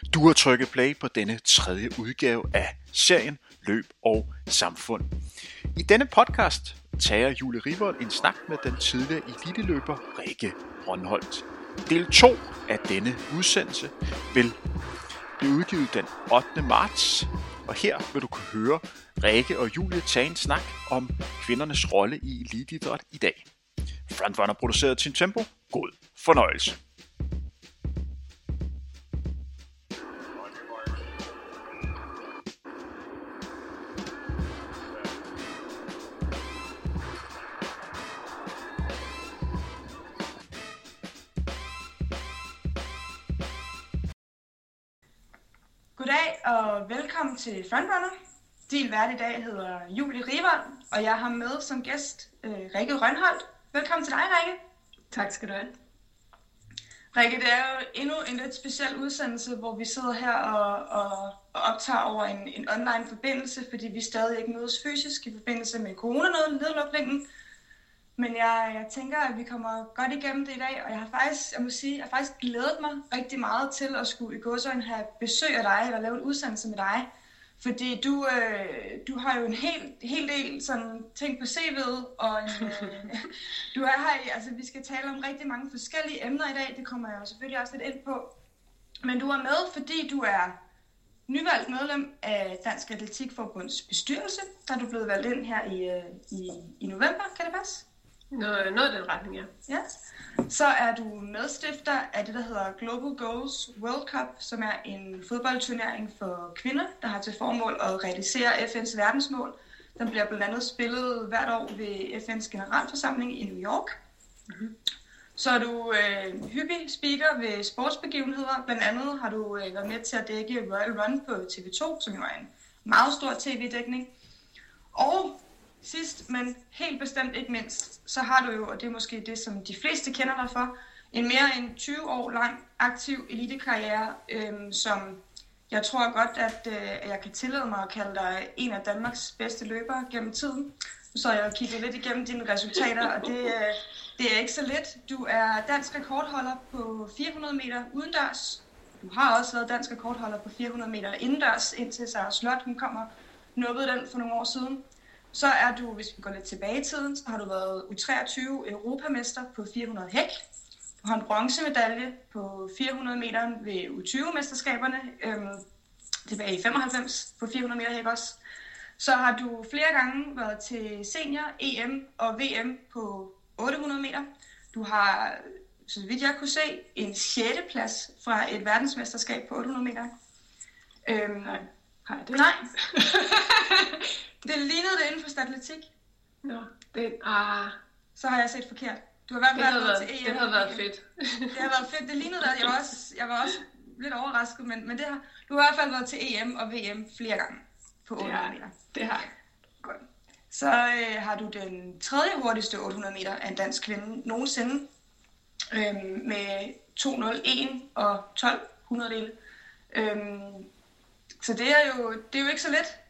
Du har trykket play på denne tredje udgave af serien Løb og Samfund. I denne podcast tager Julie Rivold en snak med den tidligere eliteløber Rikke Rønholt. Del 2 af denne udsendelse vil blive udgivet den 8. marts, og her vil du kunne høre Rikke og Julie tage en snak om kvindernes rolle i eliteidræt i dag. Frontrunner produceret til Tempo. God fornøjelse. Goddag og velkommen til Frontrunner. Din vært i dag hedder Julie Rivold, og jeg har med som gæst Rikke Rønholt. Velkommen til dig, Rikke. Tak skal du have. Rikke, det er jo endnu en lidt speciel udsendelse, hvor vi sidder her og optager over en online forbindelse, fordi vi stadig ikke mødes fysisk i forbindelse med coronanedlukningen. Men jeg tænker, at vi kommer godt igennem det i dag, og jeg har faktisk glædet mig rigtig meget til at skulle i gåseøjne have besøg af dig, eller lave en udsendelse med dig. Fordi du har jo en hel del sådan ting på CV'et, og du er her, altså vi skal tale om rigtig mange forskellige emner i dag, det kommer jeg jo selvfølgelig også lidt ind på. Men du er med, fordi du er nyvalgt medlem af Dansk Atletikforbunds bestyrelse, der er du blevet valgt ind her i november, kan det passe? Noget af den retning, ja. Ja. Så er du medstifter af det, der hedder Global Goals World Cup, som er en fodboldturnering for kvinder, der har til formål at realisere FN's verdensmål. Den bliver blandt andet spillet hvert år ved FN's generalforsamling i New York. Mm-hmm. Så er du hyppig speaker ved sportsbegivenheder. Blandt andet har du været med til at dække Royal Run på TV2, som jo er en meget stor tv-dækning. Og sidst, men helt bestemt ikke mindst, så har du jo, og det er måske det, som de fleste kender dig for, en mere end 20 år lang aktiv elitekarriere, som jeg tror godt, at jeg kan tillade mig at kalde dig en af Danmarks bedste løbere gennem tiden. Så har jeg kigget lidt igennem dine resultater, og det er ikke så lidt. Du er dansk rekordholder på 400 meter udendørs. Du har også været dansk rekordholder på 400 meter indendørs, indtil Sara Slot, hun kommer nubbede den for nogle år siden. Så er du, hvis vi går lidt tilbage i tiden, så har du været U23 europamester på 400 hæk. Du har en bronzemedalje på 400 meter ved U20-mesterskaberne, tilbage i 95 på 400 meter hæk også. Så har du flere gange været til senior, EM og VM på 800 meter. Du har, så vidt jeg kunne se, en 6. plads fra et verdensmesterskab på 800 meter. Nej. Nej. Det lignede det inden for atletik. Nå, Så har jeg set forkert. Du har i hvert fald været til EM. Det havde været fedt. Det har været fedt. Det lignede det. Jeg var også lidt overrasket, men du har i hvert fald været til EM og VM flere gange på 800 meter. Det har jeg. Godt. Så har du den tredje hurtigste 800 meter af en dansk kvinde nogensinde med 2:01 og 12 hundrededele. Så det er jo ikke så let.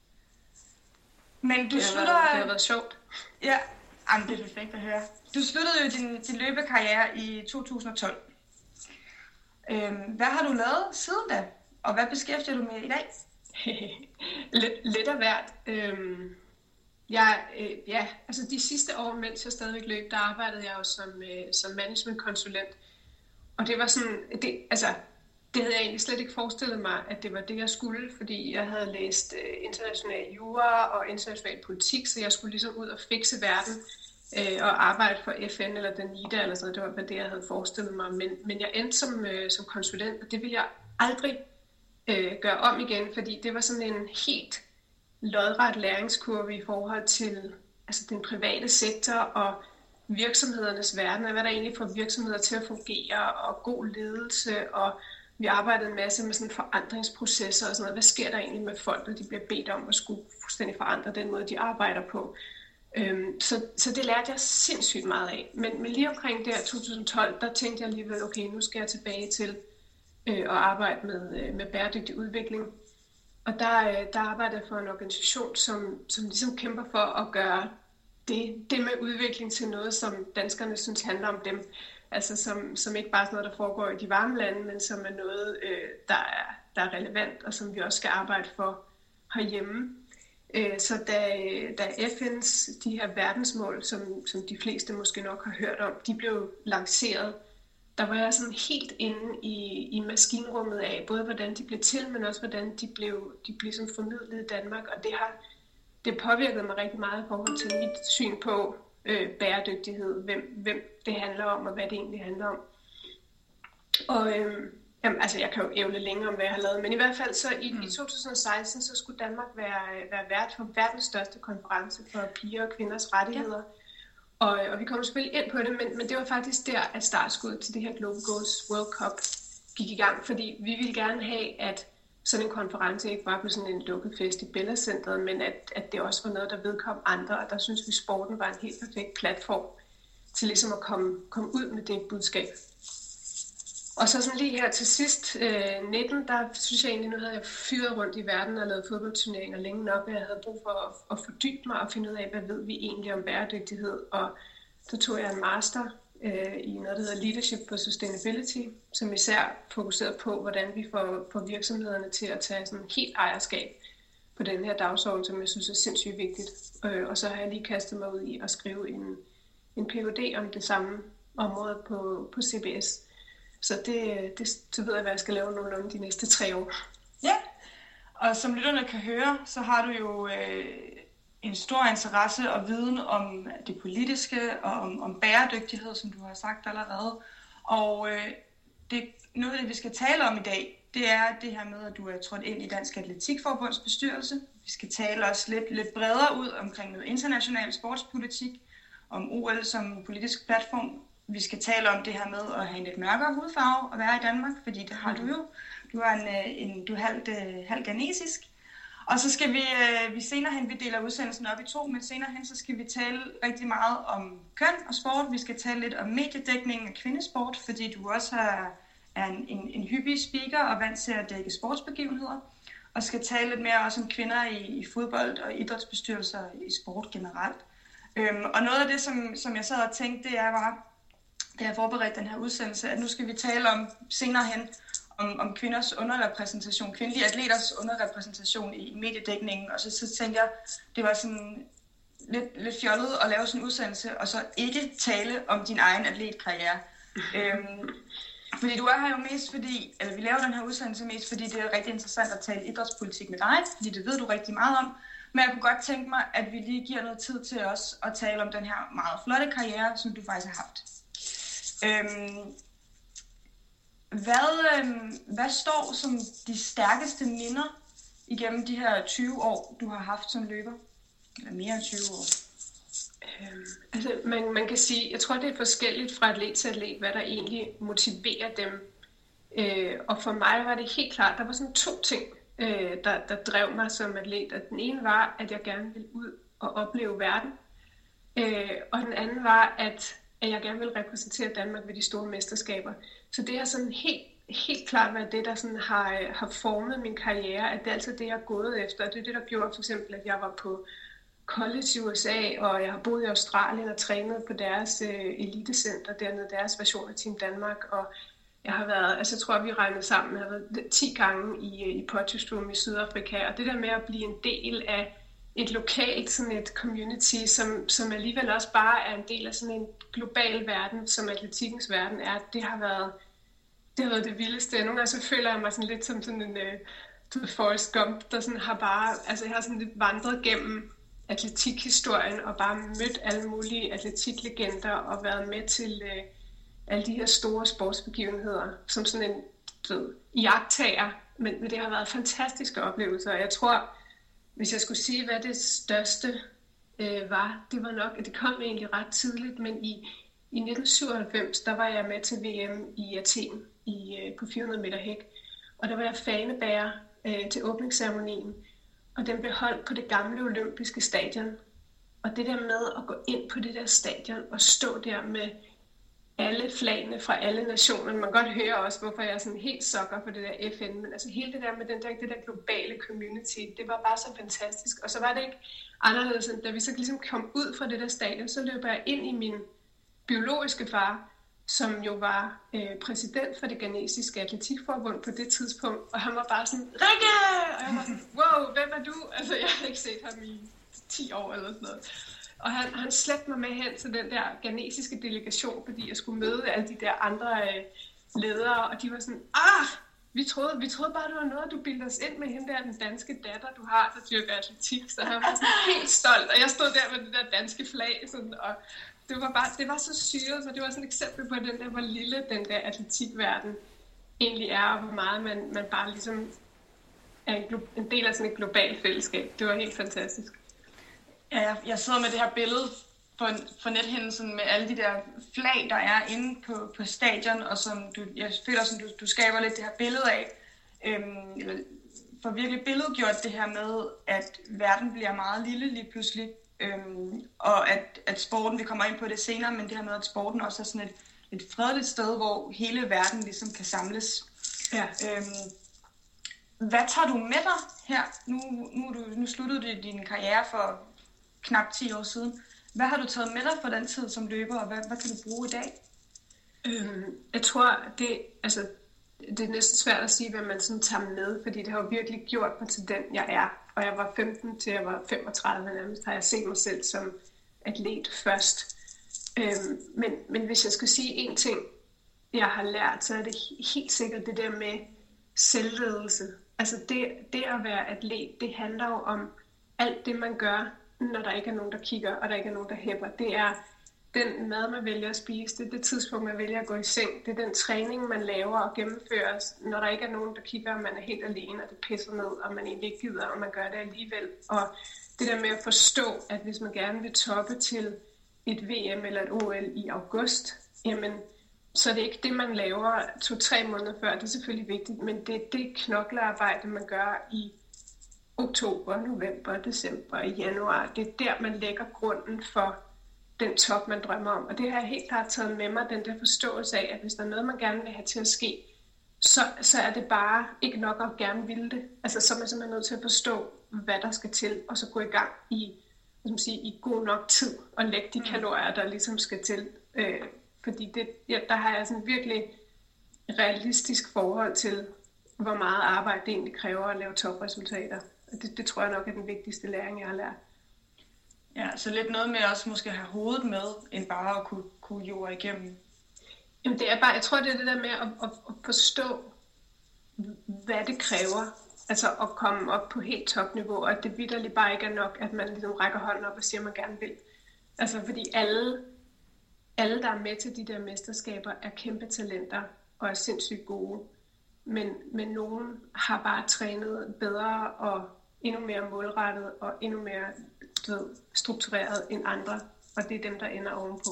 Men det har været sjovt. Ja, det er perfekt at høre. Du sluttede jo din løbekarriere i 2012. Hvad har du lavet siden da? Og hvad beskæftiger du med i dag? lidt af hvert. Altså de sidste år, mens jeg stadigvæk løb, der arbejdede jeg jo som managementkonsulent. Og det var sådan, det havde jeg egentlig slet ikke forestillet mig, at det var det, jeg skulle, fordi jeg havde læst international jura og international politik, så jeg skulle ligesom ud og fikse verden og arbejde for FN eller den NIDA eller sådan noget. Det var det, jeg havde forestillet mig. Men jeg endte som konsulent, og det ville jeg aldrig gøre om igen, fordi det var sådan en helt lodret læringskurve i forhold til den private sektor og virksomhedernes verden, og hvad der egentlig får virksomheder til at fungere, og god ledelse, og vi arbejdede en masse med sådan forandringsprocesser og sådan noget. Hvad sker der egentlig med folk, når de bliver bedt om at skulle fuldstændig forandre den måde, de arbejder på? Så det lærte jeg sindssygt meget af. Men lige omkring der 2012, der tænkte jeg alligevel, okay, nu skal jeg tilbage til at arbejde med bæredygtig udvikling. Og der arbejder jeg for en organisation, som ligesom kæmper for at gøre det med udvikling til noget, som danskerne synes handler om dem. altså som ikke bare er noget, der foregår i de varme lande, men som er noget, der er relevant, og som vi også skal arbejde for herhjemme. Så da FN's de her verdensmål, som de fleste måske nok har hørt om, de blev lanceret, der var jeg sådan helt inde i maskinrummet af, både hvordan de blev til, men også hvordan de blev sådan formidlet i Danmark, og det påvirkede mig rigtig meget i forhold til mit syn på bæredygtighed, hvem det handler om, og hvad det egentlig handler om. Og altså jeg kan jo ævle længere om, hvad jeg har lavet, men i hvert fald så i 2016, så skulle Danmark være vært for verdens største konference for piger og kvinders rettigheder. Ja. Og vi kommer selvfølgelig ind på det, men det var faktisk der, at startskuddet til det her Global Goals World Cup gik i gang, fordi vi ville gerne have, at sådan en konference ikke bare blev sådan en lukket fest i Bella Centeret, men at det også var noget, der vedkom andre, og der synes vi, sporten var en helt perfekt platform til ligesom at komme ud med det budskab. Og så sådan lige her til sidst, 19, der synes jeg egentlig, nu havde jeg fyret rundt i verden og lavet fodboldturneringer længe nok, og jeg havde brug for at fordybe mig og finde ud af, hvad ved vi egentlig om bæredygtighed. Og så tog jeg en master i noget, der hedder Leadership for Sustainability, som især fokuserede på, hvordan vi får virksomhederne til at tage sådan helt ejerskab på den her dagsorden, som jeg synes er sindssygt vigtigt. Og så har jeg lige kastet mig ud i at skrive en Ph.D. om det samme område på CBS. Så så ved jeg, hvad jeg skal lave nogenlunde de næste 3 år. Ja, og som lytterne kan høre, så har du jo en stor interesse og viden om det politiske og om bæredygtighed, som du har sagt allerede. Og noget af det, vi skal tale om i dag, det er det her med, at du er trådt ind i Dansk Atletikforbunds bestyrelse. Vi skal tale også lidt bredere ud omkring noget international sportspolitik, om OL som politisk platform. Vi skal tale om det her med at have en lidt mørkere hudfarve og være i Danmark, fordi det har du jo. Du er halvt ghanesisk. Og så skal vi senere hen, vi deler udsendelsen op i 2, men senere hen, så skal vi tale rigtig meget om køn og sport. Vi skal tale lidt om mediedækningen af kvindesport, fordi du også er en hyppig speaker og vant til at dække sportsbegivenheder. Og skal tale lidt mere også om kvinder i fodbold og idrætsbestyrelser i sport generelt. Og noget af det, som jeg sad og tænkte, det er bare, da jeg forberedte den her udsendelse, at nu skal vi tale om senere hen, om kvinders underrepræsentation, kvindelige atleters underrepræsentation i mediedækningen, og så tænkte jeg, det var sådan lidt fjollet at lave sådan en udsendelse, og så ikke tale om din egen atletkarriere. Fordi du er her jo mest fordi, eller vi laver den her udsendelse mest fordi, det er rigtig interessant at tale idrætspolitik med dig, fordi det ved du rigtig meget om, men jeg kunne godt tænke mig, at vi lige giver noget tid til os at tale om den her meget flotte karriere, som du faktisk har haft. Hvad står som de stærkeste minder igennem de her 20 år, du har haft som løber? Eller mere end 20 år? Altså, man kan sige, jeg tror, det er forskelligt fra atlet til atlet, hvad der egentlig motiverer dem. Og for mig var det helt klart, der var sådan 2 ting, der drev mig som atlet. Og den ene var, at jeg gerne ville ud og opleve verden. Og den anden var, at jeg gerne vil repræsentere Danmark ved de store mesterskaber. Så det har sådan helt klart været det, der sådan har formet min karriere, at det er altid det, jeg har gået efter. Det er det, der gjorde for eksempel, at jeg var på college i USA, og jeg har boet i Australien og trænet på deres elitecenter dernede, deres version af Team Danmark, og jeg har været, altså jeg tror, vi regnede sammen, jeg har været 10 gange i Potchefstroom i Sydafrika, og det der med at blive en del af et lokalt, sådan et community, som alligevel også bare er en del af sådan en global verden, som atletikkens verden er, det har været det vildeste. Nogle gange så føler jeg mig sådan lidt som sådan en Forrest Gump, der sådan har bare, altså jeg har sådan lidt vandret gennem atletikhistorien og bare mødt alle mulige atletiklegender og været med til alle de her store sportsbegivenheder som sådan en iagttager, men det har været fantastiske oplevelser, og jeg tror, hvis jeg skulle sige, hvad det største var, det var nok, at det kom egentlig ret tidligt, men i 1997, der var jeg med til VM i Athen på 400 meter hæk, og der var jeg fanebærer til åbningsceremonien, og den blev holdt på det gamle olympiske stadion. Og det der med at gå ind på det der stadion og stå der med alle flagene fra alle nationer, man kan godt høre også, hvorfor jeg er sådan helt sokker på det der FN, men altså hele det der med det der globale community, det var bare så fantastisk. Og så var det ikke anderledes, end da vi så ligesom kom ud fra det der stadion, så løber jeg ind i min biologiske far, som jo var præsident for det ghanesiske atletikforbund på det tidspunkt, og han var bare sådan, Rikke! Og jeg var sådan, wow, hvem er du? Altså, jeg havde ikke set ham i 10 år eller sådan noget. Og han slæbte mig med hen til den der ghanesiske delegation, fordi jeg skulle møde alle de der andre ledere, og de var sådan, vi troede bare, det var noget, du bildte os ind med hende der, den danske datter, du har, der dyrker atletik. Så han var sådan helt stolt, og jeg stod der med det der danske flag, sådan, og det var så syret, så det var sådan et eksempel på den der, hvor lille den der atletikverden egentlig er, og hvor meget man bare ligesom er en del af sådan et globalt fællesskab. Det var helt fantastisk. Ja, jeg sidder med det her billede for nethændelsen med alle de der flag, der er inde på stadion, og som jeg føler, som du skaber lidt det her billede af, eller for virkelig billedgjort det her med, at verden bliver meget lille lige pludselig, og at sporten, vi kommer ind på det senere, men det her med, at sporten også er sådan et fredeligt sted, hvor hele verden ligesom kan samles. Ja. Hvad tager du med dig her? Nu sluttede du din karriere for knap 10 år siden. Hvad har du taget med dig for den tid som løber, og hvad kan du bruge i dag? Jeg tror, det er næsten svært at sige, hvad man sådan tager med, fordi det har jo virkelig gjort mig til den, jeg er. Og jeg var 15 til jeg var 35 nærmest, har jeg set mig selv som atlet først. Men hvis jeg skal sige en ting, jeg har lært, så er det helt sikkert det der med selvledelse. Altså det at være atlet, det handler jo om alt det, man gør, når der ikke er nogen, der kigger, og der ikke er nogen, der hæpper. Det er den mad, man vælger at spise, det er det tidspunkt, man vælger at gå i seng, det er den træning, man laver og gennemfører, når der ikke er nogen, der kigger, og man er helt alene, og det pisser ned, og man egentlig ikke gider, og man gør det alligevel. Og det der med at forstå, at hvis man gerne vil toppe til et VM eller et OL i august, jamen, så er det ikke det, man laver 2-3 måneder før, det er selvfølgelig vigtigt, men det er det knoklearbejde, man gør i oktober, november, december, i januar. Det er der, man lægger grunden for den top, man drømmer om. Og det har jeg helt klart taget med mig, den der forståelse af, at hvis der er noget, man gerne vil have til at ske, så er det bare ikke nok at gerne ville det. Altså, så er man simpelthen nødt til at forstå, hvad der skal til, og så gå i gang i god nok tid, og lægge de kalorier, der ligesom skal til. Fordi der har jeg sådan virkelig realistisk forhold til, hvor meget arbejde det egentlig kræver at lave topresultater. Det tror jeg nok er den vigtigste læring, jeg har lært. Ja, så lidt noget med også måske at have hovedet med, end bare at kunne jorde igennem. Jamen det er bare, jeg tror det er det der med at forstå, hvad det kræver. Altså at komme op på helt topniveau, og at det vitterligt bare ikke er nok, at man ligesom rækker hånden op og siger, at man gerne vil. Altså fordi alle, der er med til de der mesterskaber, er kæmpe talenter og er sindssygt gode. Men nogen har bare trænet bedre og endnu mere målrettet og endnu mere struktureret end andre, og det er dem, der ender ovenpå.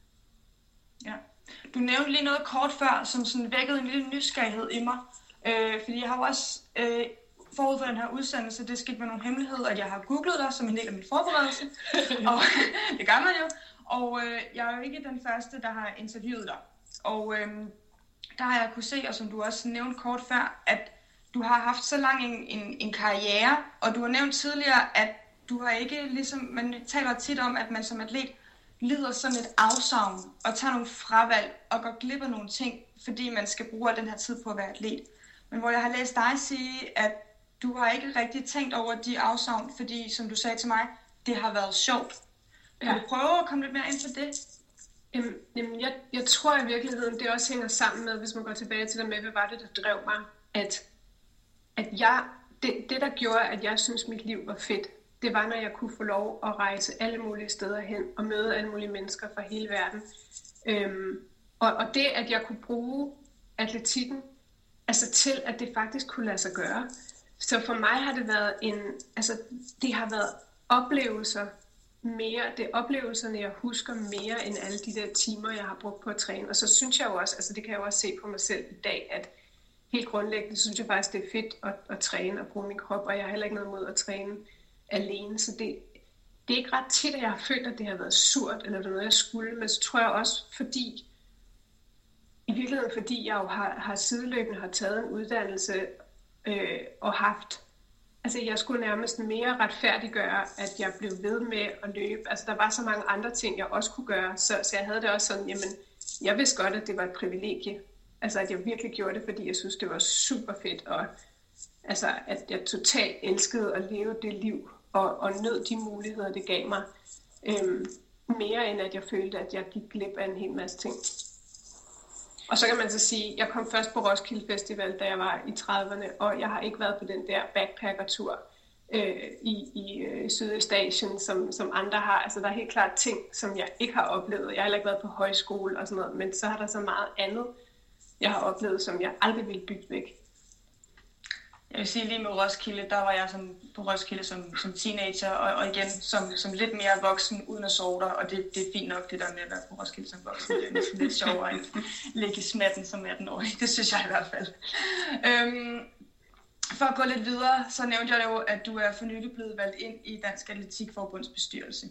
Ja. Du nævnte lige noget kort før, som sådan vækkede en lille nysgerrighed i mig, fordi jeg har jo også forud for den her udsendelse, det skete med nogle hemmeligheder, at jeg har googlet dig som en del af min forberedelse, og det gør man jo, og jeg er jo ikke den første, der har interviewet dig, og der har jeg kunne se, og som du også nævnte kort før, at du har haft så lang en karriere, og du har nævnt tidligere, at du har ikke ligesom, man taler tit om, at man som atlet lider sådan et afsavn, og tager nogle fravalg, og går glip af nogle ting, fordi man skal bruge den her tid på at være atlet. Men hvor jeg har læst dig sige, at du har ikke rigtig tænkt over de afsavn, fordi, som du sagde til mig, det har været sjovt. Kan du prøve at komme lidt mere ind på det? Jamen, jeg tror i virkeligheden, det også hænger sammen med, hvis man går tilbage til det med, hvad var det, der drev mig, at det, der gjorde, at jeg synes, mit liv var fedt, det var, når jeg kunne få lov at rejse alle mulige steder hen og møde alle mulige mennesker fra hele verden. Og det, at jeg kunne bruge atletikken altså til, at det faktisk kunne lade sig gøre. Så for mig har det været det har været oplevelser mere. Det er oplevelserne, jeg husker mere end alle de der timer, jeg har brugt på at træne. Og så synes jeg jo også, altså det kan jeg jo også se på mig selv i dag, at helt grundlæggende synes jeg faktisk, det er fedt at træne og bruge min krop, og jeg har heller ikke noget mod at træne alene. Så det er ikke ret tit, at jeg har følt, at det har været surt, eller det er noget, jeg skulle. Men så tror jeg også, fordi jeg jo har sideløbende har taget en uddannelse og haft, altså jeg skulle nærmest mere retfærdiggøre, at jeg blev ved med at løbe. Altså der var så mange andre ting, jeg også kunne gøre, så jeg havde det også sådan, jamen jeg vidste godt, at det var et privilegie. Altså, at jeg virkelig gjorde det, fordi jeg synes, det var super fedt, og altså, at jeg totalt elskede at leve det liv, og nød de muligheder, det gav mig. Mere end at jeg følte, at jeg gik glip af en hel masse ting. Og så kan man så sige, at jeg kom først på Roskilde Festival, da jeg var i 30'erne, og jeg har ikke været på den der backpackertur i Sydøstasien, som andre har. Altså der er helt klart ting, som jeg ikke har oplevet. Jeg har heller ikke været på højskole og sådan noget, men så har der så meget andet, jeg har oplevet, som jeg aldrig ville bytte væk. Jeg vil sige lige med Roskilde, der var jeg på Roskilde som teenager, og igen som lidt mere voksen, uden at sove der, og det er fint nok det der med at være på Roskilde som voksen. Det er næsten lidt sjovere end at ligge i smatten som 18-årig. Det synes jeg i hvert fald. For at gå lidt videre, så nævnte jeg jo, at du er for nylig blevet valgt ind i Dansk Atletikforbunds bestyrelse.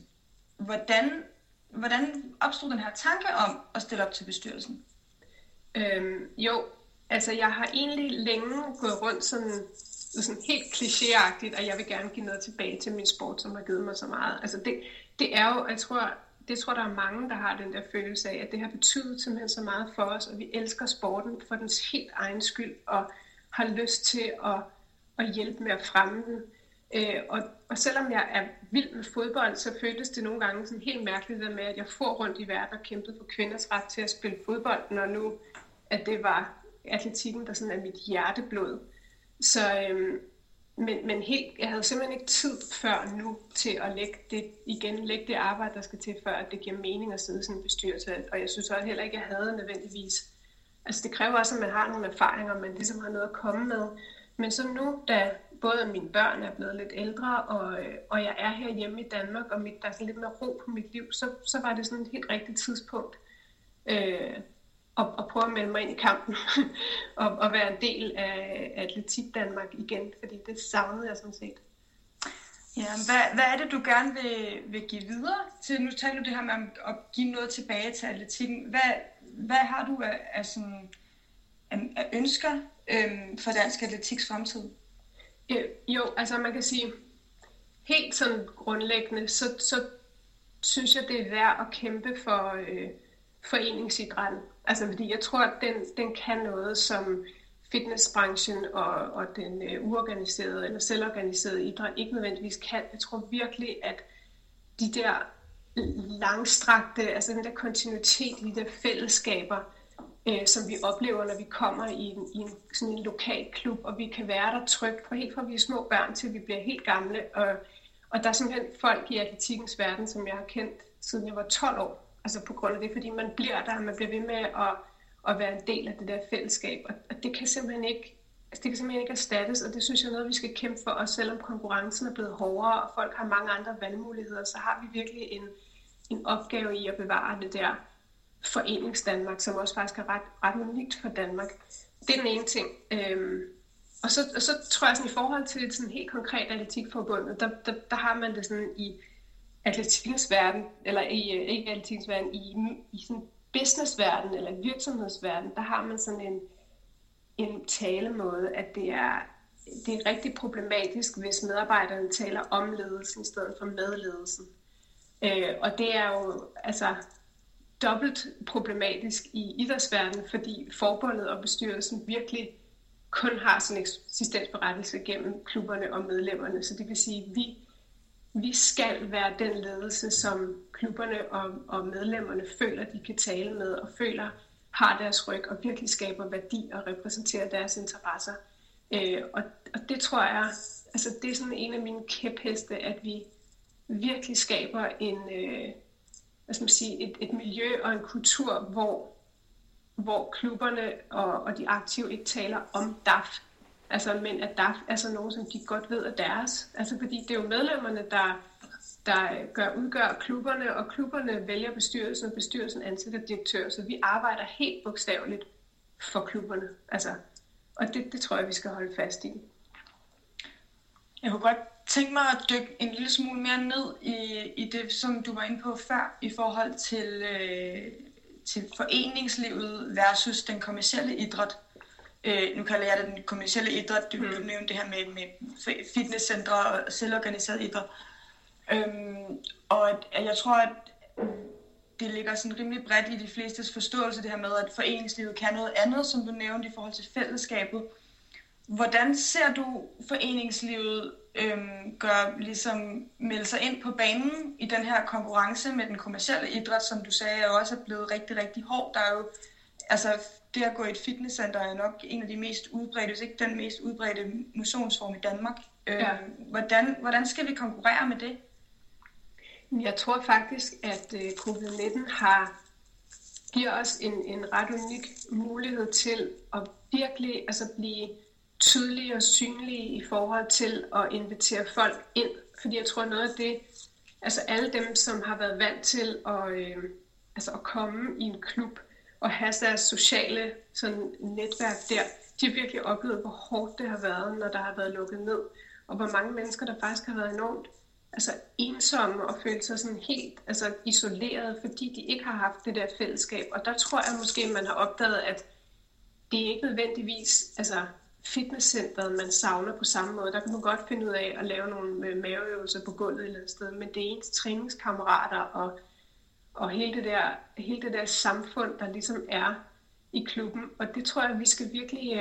Hvordan opstod den her tanke om at stille op til bestyrelsen? Jo, altså jeg har egentlig længe gået rundt sådan helt klichéagtigt, og jeg vil gerne give noget tilbage til min sport, som har givet mig så meget. Altså det er jo, jeg tror der er mange, der har den der følelse af, at det har betydet simpelthen så meget for os, og vi elsker sporten for dens helt egen skyld, og har lyst til at hjælpe med at fremme den. Og selvom jeg er vild med fodbold, så føltes det nogle gange sådan helt mærkeligt med, at jeg for rundt i verden og kæmpede for kvinders ret til at spille fodbold, når nu at det var atletikken, der sådan er mit hjerteblod. Så, men jeg havde simpelthen ikke tid før nu til at lægge det arbejde, der skal til, før at det giver mening at sidde i sådan en bestyrelse. Og jeg synes også heller ikke, at jeg havde nødvendigvis. Altså det kræver også, at man har nogle erfaringer, man ligesom har noget at komme med. Men så nu, da både mine børn er blevet lidt ældre, og jeg er her hjemme i Danmark, og der er sådan lidt mere ro på mit liv, så var det sådan et helt rigtigt tidspunkt at prøve at melde mig ind i kampen og være en del af Atletik Danmark igen, fordi det savnede jeg sådan set. Ja, hvad er det, du gerne vil give videre til? Nu taler du det her med at give noget tilbage til atletikken. Hvad har du af ønsker for dansk atletiks fremtid? Jo, altså man kan sige, helt sådan grundlæggende, så synes jeg, det er værd at kæmpe for foreningsidrætten. Altså fordi jeg tror, at den kan noget, som fitnessbranchen og den uorganiserede eller selvorganiserede idræt ikke nødvendigvis kan. Jeg tror virkelig, at de der langstrakte, altså den der kontinuitet, de der fællesskaber, som vi oplever, når vi kommer i sådan en lokal klub, og vi kan være der trygt, helt fra vi er små børn til vi bliver helt gamle. Og der er simpelthen folk i atletikkens verden, som jeg har kendt siden jeg var 12 år. Altså på grund af det, fordi man bliver der, man bliver ved med at være en del af det der fællesskab. Og det kan simpelthen ikke, erstattes, og det synes jeg er noget, vi skal kæmpe for, også selvom konkurrencen er blevet hårdere, og folk har mange andre valgmuligheder, så har vi virkelig en opgave i at bevare det der foreningsdanmark, som også faktisk er ret unikt for Danmark. Det er den ene ting. Og så tror jeg sådan, i forhold til sådan helt konkret atletikforbundet, der har man det sådan i atletikkens verden, eller ikke atletikkens verden, i sådan businessverden eller virksomhedsverden, der har man sådan en talemåde, at det er rigtig problematisk, hvis medarbejderne taler om ledelsen i stedet for med ledelsen. Og det er jo altså dobbelt problematisk i idrætsverdenen, fordi forbundet og bestyrelsen virkelig kun har sådan en eksistensberettelse gennem klubberne og medlemmerne. Så det vil sige, at vi skal være den ledelse, som klubberne og medlemmerne føler, de kan tale med, og føler har deres ryg, og virkelig skaber værdi og repræsenterer deres interesser. Og det tror jeg, altså det er sådan en af mine kæpheste, at vi virkelig skaber et miljø og en kultur, hvor klubberne og de aktive ikke taler om DAF, altså, men at DAF er så nogen, som de godt ved er deres. Altså fordi det er jo medlemmerne, der udgør klubberne, og klubberne vælger bestyrelsen, og bestyrelsen ansætter direktør, så vi arbejder helt bogstaveligt for klubberne. Altså, og det tror jeg, vi skal holde fast i. Jeg kunne godt tænke mig at dykke en lille smule mere ned i det, som du var inde på før, i forhold til foreningslivet versus den kommercielle idræt. Nu kalder jeg det den kommercielle idræt. Du nævnte det her med fitnesscentre og selvorganiseret idræt. Og jeg tror, at det ligger sådan rimelig bredt i de flestes forståelse, det her med, at foreningslivet kan noget andet, som du nævnte i forhold til fællesskabet. Hvordan ser du foreningslivet ligesom melde sig ind på banen i den her konkurrence med den kommercielle idræt, som du sagde, er også blevet rigtig, rigtig hård. Der er jo, altså det at gå i et fitnesscenter er nok en af de mest udbredte, hvis ikke den mest udbredte motionsform i Danmark. Ja. Hvordan skal vi konkurrere med det? Jeg tror faktisk, at covid-19 giver os en ret unik mulighed til at virkelig blive tydelige og synlige i forhold til at invitere folk ind. Fordi jeg tror noget af det, altså alle dem, som har været vant til at komme i en klub og have deres sociale sådan, netværk der, de har virkelig oplevet, hvor hårdt det har været, når der har været lukket ned. Og hvor mange mennesker, der faktisk har været enormt ensomme og følt sig sådan helt isoleret, fordi de ikke har haft det der fællesskab. Og der tror jeg måske, man har opdaget, at det er ikke nødvendigvis fitnesscenteret, man savner på samme måde. Der kan man godt finde ud af at lave nogle maveøvelser på gulvet et eller andet sted, men det er ens træningskammerater og hele det der samfund, der ligesom er i klubben. Og det tror jeg, vi skal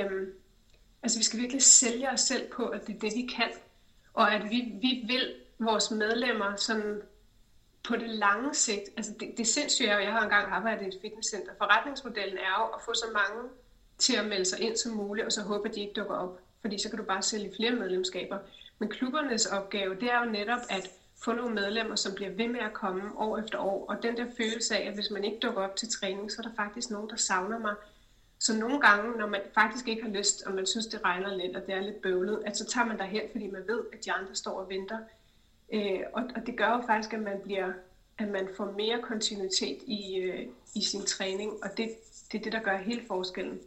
virkelig sælge os selv på, at det er det, vi kan. Og at vi vil vores medlemmer sådan på det lange sigt. Altså det sindssyge er jo, jeg har engang arbejdet i et fitnesscenter. Forretningsmodellen er jo at få så mange til at melde sig ind som muligt, og så håbe, at de ikke dukker op. Fordi så kan du bare sælge flere medlemskaber. Men klubbernes opgave, det er jo netop at få nogle medlemmer, som bliver ved med at komme år efter år. Og den der følelse af, at hvis man ikke dukker op til træning, så er der faktisk nogen, der savner mig. Så nogle gange, når man faktisk ikke har lyst, og man synes, det regner lidt, og det er lidt bøvlet, at så tager man derhen, fordi man ved, at de andre står og venter. Og det gør jo faktisk, at man får mere kontinuitet i sin træning, og det er det, der gør hele forskellen.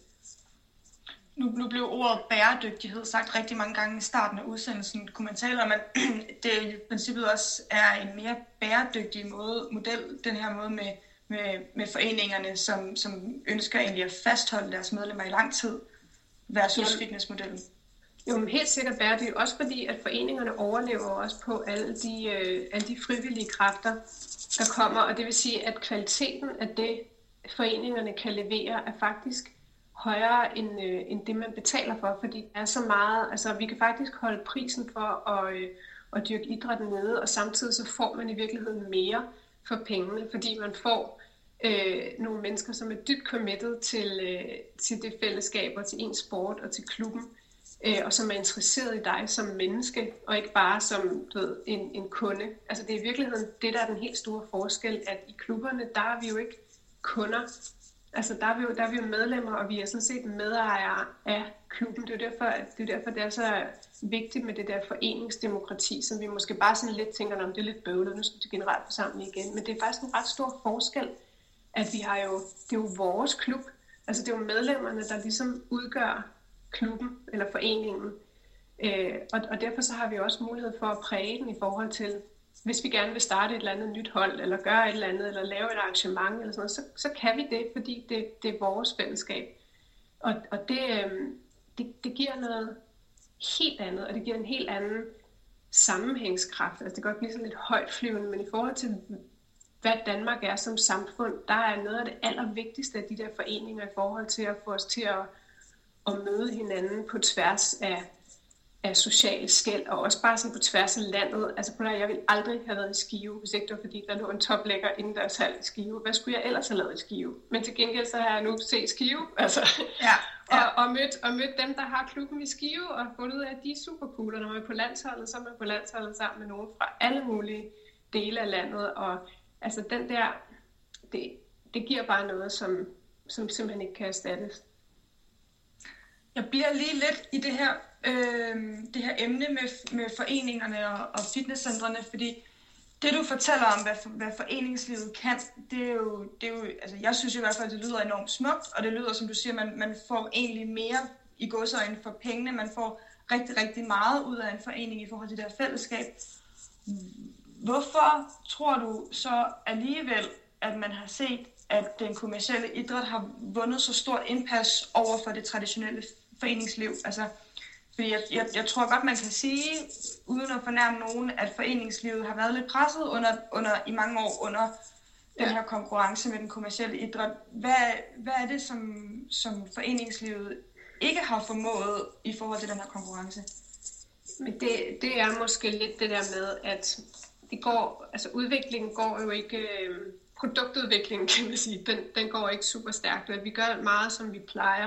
Nu blev ordet bæredygtighed sagt rigtig mange gange i starten af udsendelsen. Kunne man tale om, at det i princippet også er en mere bæredygtig model, den her måde med foreningerne, som ønsker egentlig at fastholde deres medlemmer i lang tid, versus fitnessmodellen? Jo, men helt sikkert bæredygtigt. Også fordi, at foreningerne overlever også på alle de frivillige kræfter, der kommer. Og det vil sige, at kvaliteten af det, foreningerne kan levere, er faktisk højere end det, man betaler for. Fordi der er så meget, vi kan faktisk holde prisen for at dyrke idrætten nede, og samtidig så får man i virkeligheden mere for pengene, fordi man får nogle mennesker, som er dybt committed til det fællesskab og til ens sport og til klubben, og som er interesseret i dig som menneske, og ikke bare som en kunde. Altså det er i virkeligheden det, der er den helt store forskel, at i klubberne, der er vi jo ikke kunder. Altså der er vi jo medlemmer, og vi er sådan set medejere af klubben. Det er derfor, det er så vigtigt med det der foreningsdemokrati, som vi måske bare sådan lidt tænker, om det er lidt bøvlet, nu skal vi til generalforsamling igen. Men det er faktisk en ret stor forskel, at det er jo vores klub. Altså det er jo medlemmerne, der ligesom udgør klubben eller foreningen. Og derfor så har vi også mulighed for at præge den i forhold til, hvis vi gerne vil starte et eller andet nyt hold, eller gøre et eller andet, eller lave et arrangement, eller sådan noget, så kan vi det, fordi det er vores fællesskab. Og det giver noget helt andet, og det giver en helt anden sammenhængskraft. Altså det kan godt blive sådan lidt højtflyvende, men i forhold til, hvad Danmark er som samfund, der er noget af det allervigtigste af de der foreninger i forhold til at få os til at møde hinanden på tværs af sociale skel, og også bare sådan på tværs af landet. Altså jeg ville aldrig have været i Skive, hvis ikke det var fordi, der lå en toplægger inden der salg i Skive. Hvad skulle jeg ellers have lavet i Skive? Men til gengæld så har jeg nu set Skive, og mødt dem, der har klubben i Skive, og fundet ud af, at de er super cool, og når man er på landsholdet, så er man på landsholdet sammen med nogen fra alle mulige dele af landet, og altså den der, det giver bare noget, som simpelthen ikke kan erstattes. Jeg bliver lige lidt i det her emne med foreningerne og fitnesscentrene, fordi det du fortæller om, hvad foreningslivet kan, det er jo altså jeg synes i hvert fald, det lyder enormt smukt, og det lyder, som du siger, man får egentlig mere i gåseøjne for pengene, man får rigtig, rigtig meget ud af en forening i forhold til det her fællesskab. Hvorfor tror du så alligevel, at man har set, at den kommercielle idræt har vundet så stort indpas over for det traditionelle foreningsliv? Altså, fordi jeg tror godt, man kan sige, uden at fornærme nogen, at foreningslivet har været lidt presset i mange år under den her konkurrence med den kommercielle idræt. Hvad er det, som foreningslivet ikke har formået i forhold til den her konkurrence? Men det er måske lidt det der med, at udviklingen går jo ikke, produktudviklingen kan man sige, den går ikke super stærkt. Vi gør meget, som vi plejer,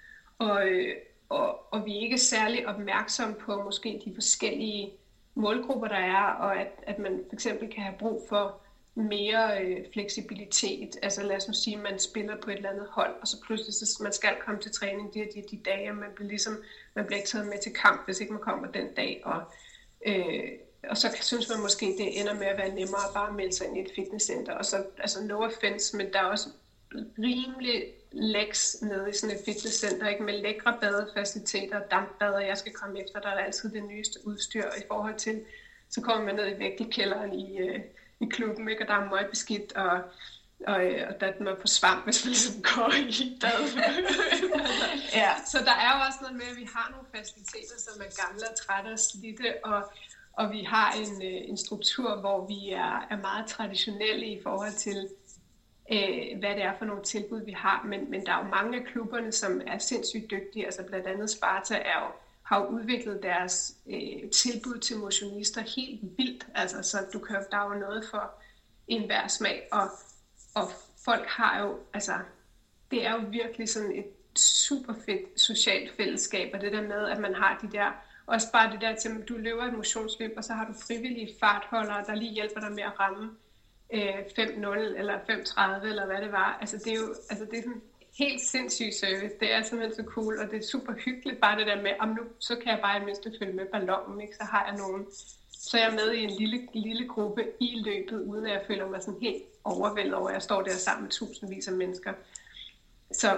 og vi er ikke særlig opmærksomme på måske de forskellige målgrupper, der er, og at man for eksempel kan have brug for mere fleksibilitet. Altså lad os nu sige, at man spiller på et eller andet hold, og så pludselig så man skal komme til træning de dage, og man bliver ikke taget med til kamp, hvis ikke man kommer den dag. Og så synes man måske, det ender med at være nemmere at bare melde sig ind i et fitnesscenter. Og så, altså no offense, men der er også rimelig læks nede i sådan et fitnesscenter, ikke, med lækre badefaciliteter og dampbader, jeg skal komme efter, der er altid det nyeste udstyr i forhold til, så kommer man ned i vægtekælderen i klubben, ikke, og der er møgbeskidt, og der er man på svamp, hvis man ligesom går i bad. Ja. Så der er jo også noget med, at vi har nogle faciliteter, som er gamle og trætte og slidte, og vi har en struktur, hvor vi er meget traditionelle i forhold til, hvad det er for nogle tilbud, vi har. Men der er jo mange af klubberne, som er sindssygt dygtige. Altså blandt andet Sparta har jo udviklet deres tilbud til motionister helt vildt. Altså, så der er jo noget for enhver smag. Og folk har jo, altså, det er jo virkelig sådan et super fedt socialt fællesskab. Og det der med, at man har de der, også bare det der til, at du løber et motionsløb, og så har du frivillige fartholdere, der lige hjælper dig med at ramme 5-0 eller 5-30 eller hvad det var. Altså det er jo det er sådan helt sindssyg service. Det er simpelthen så cool, og det er super hyggeligt bare det der med, om nu så kan jeg bare i mindste følge med ballonen, ikke? Så har jeg nogen. Så er jeg med i en lille gruppe i løbet, uden at jeg føler mig sådan helt overvældet over, at jeg står der sammen med tusindvis af mennesker. Så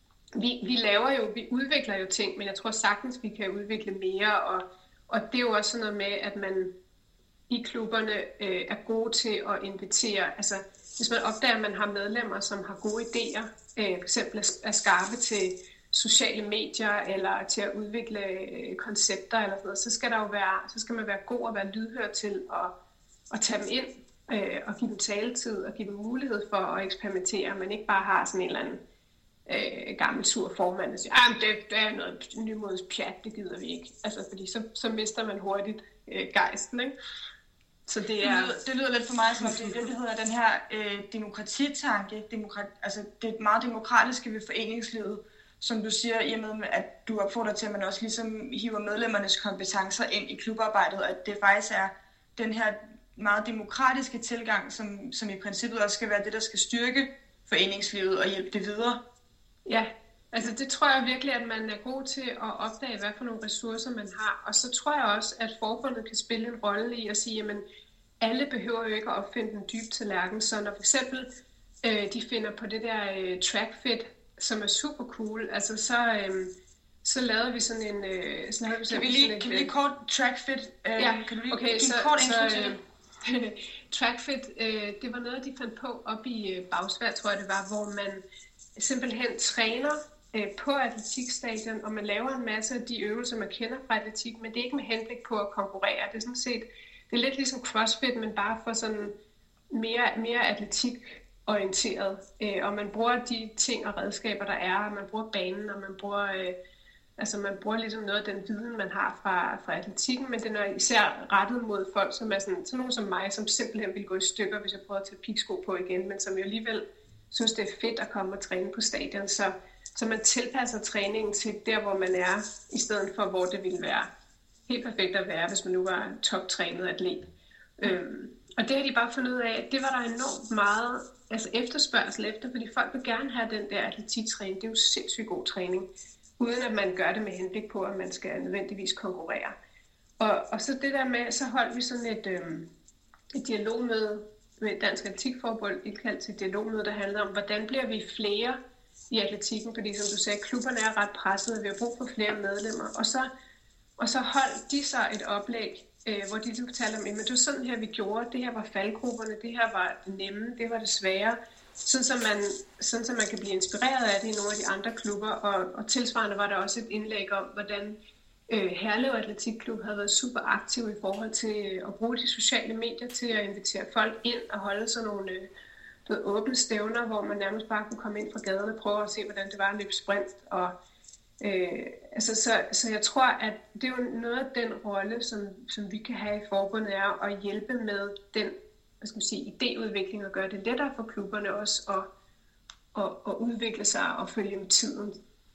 vi udvikler jo ting, men jeg tror sagtens, vi kan udvikle mere, og det er jo også sådan noget med, at man i klubberne er gode til at invitere. Altså, hvis man opdager, at man har medlemmer, som har gode idéer, for eksempel er skarpe til sociale medier, eller til at udvikle koncepter, eller sådan noget, så skal man være god og være lydhør til at tage dem ind, og give dem taletid, og give dem mulighed for at eksperimentere, men ikke bare har sådan en eller anden gammel sur formand, der siger, det er noget nymodes pjat, det gider vi ikke. Altså, fordi så mister man hurtigt gejsten, ikke? Så det lyder lidt for mig som om det i virkeligheden er den her demokratitanke, altså det meget demokratiske ved foreningslivet, som du siger, i og med at du opfordrer til, at man også ligesom hiver medlemmernes kompetencer ind i klubarbejdet, og at det faktisk er den her meget demokratiske tilgang, som i princippet også skal være det, der skal styrke foreningslivet og hjælpe det videre. Ja, altså det tror jeg virkelig, at man er god til at opdage, hvad for nogle ressourcer man har. Og så tror jeg også, at forbundet kan spille en rolle i at sige, jamen alle behøver jo ikke at opfinde den dybe tallerken. Så når for eksempel de finder på det der TrackFit, som er super cool, altså så lavede vi sådan en... Kan vi lige kort TrackFit? Ja, kan du lige okay, give en kort intro til det? TrackFit, det var noget, de fandt på op i Bagsværd, tror jeg det var, hvor man simpelthen træner på atletikstadion, og man laver en masse af de øvelser, man kender fra atletik, men det er ikke med henblik på at konkurrere. Det er sådan set, det er lidt ligesom CrossFit, men bare for sådan mere atletikorienteret. Og man bruger de ting og redskaber, der er, og man bruger banen, og man bruger ligesom noget af den viden, man har fra atletikken, men den er især rettet mod folk, som er sådan nogen som mig, som simpelthen vil gå i stykker, hvis jeg prøver at tage pigsko på igen, men som jo alligevel synes, det er fedt at komme og træne på stadion, så man tilpasser træningen til der, hvor man er, i stedet for, hvor det ville være helt perfekt at være, hvis man nu var en toptrænet atlet. Og det har de bare fundet ud af, det var der enormt meget efterspørgsel efter, fordi folk vil gerne have den der atletiktræning. Det er jo sindssygt god træning, uden at man gør det med henblik på, at man skal nødvendigvis konkurrere. Og så det der med, så holdt vi sådan et dialogmøde med Dansk Atletikforbund, indkaldt til dialogmøde, der handlede om, hvordan bliver vi flere i atletikken, fordi som du sagde, klubberne er ret pressede, vi har brug for flere medlemmer. Og så holdt de så et oplæg, hvor de ligesom fortalte om, at det var sådan her, vi gjorde, det her var faldgrupperne, det her var det nemme, det var det svære, sådan så man kan blive inspireret af det i nogle af de andre klubber, og tilsvarende var der også et indlæg om, hvordan Herlev Atletikklub havde været super aktiv i forhold til at bruge de sociale medier til at invitere folk ind og holde sådan åbne stævner, hvor man nærmest bare kunne komme ind fra gaderne og prøve at se, hvordan det var at løbe sprint. Og, så jeg tror, at det er jo noget af den rolle, som vi kan have i forbundet, er at hjælpe med den idéudvikling og gøre det lettere for klubberne også at udvikle sig og følge med tiden.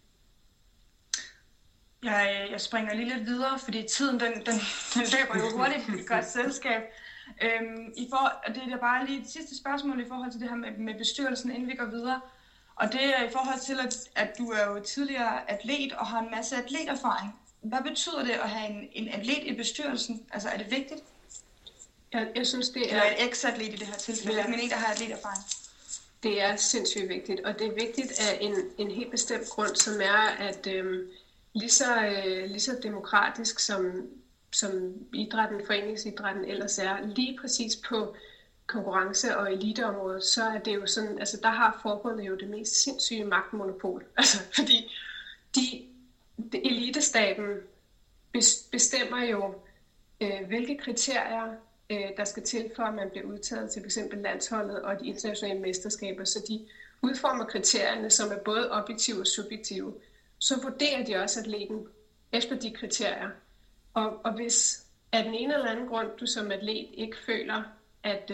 Jeg springer lige lidt videre, fordi tiden den løber jo hurtigt i et godt selskab. Det er bare lige et sidste spørgsmål i forhold til det her med bestyrelsen, inden vi går videre. Og det er i forhold til, at du er jo tidligere atlet og har en masse atleterfaring. Hvad betyder det at have en atlet i bestyrelsen? Altså er det vigtigt? Jeg synes, det er... Eller en eks-atlet i det her tilfælde, men en, der har atleterfaring. Det er sindssygt vigtigt, og det er vigtigt af en helt bestemt grund, som er, at lige så demokratisk som idrætten, foreningsidrætten ellers er, lige præcis på konkurrence- og eliteområdet, så er det jo sådan, altså der har forbundet jo det mest sindssyge magtmonopol. Altså fordi elitestaben bestemmer jo, hvilke kriterier der skal til, for at man bliver udtaget til f.eks. landsholdet og de internationale mesterskaber. Så de udformer kriterierne, som er både objektive og subjektive. Så vurderer de også atleten efter de kriterier. Og hvis af den ene eller anden grund, du som atlet ikke føler, at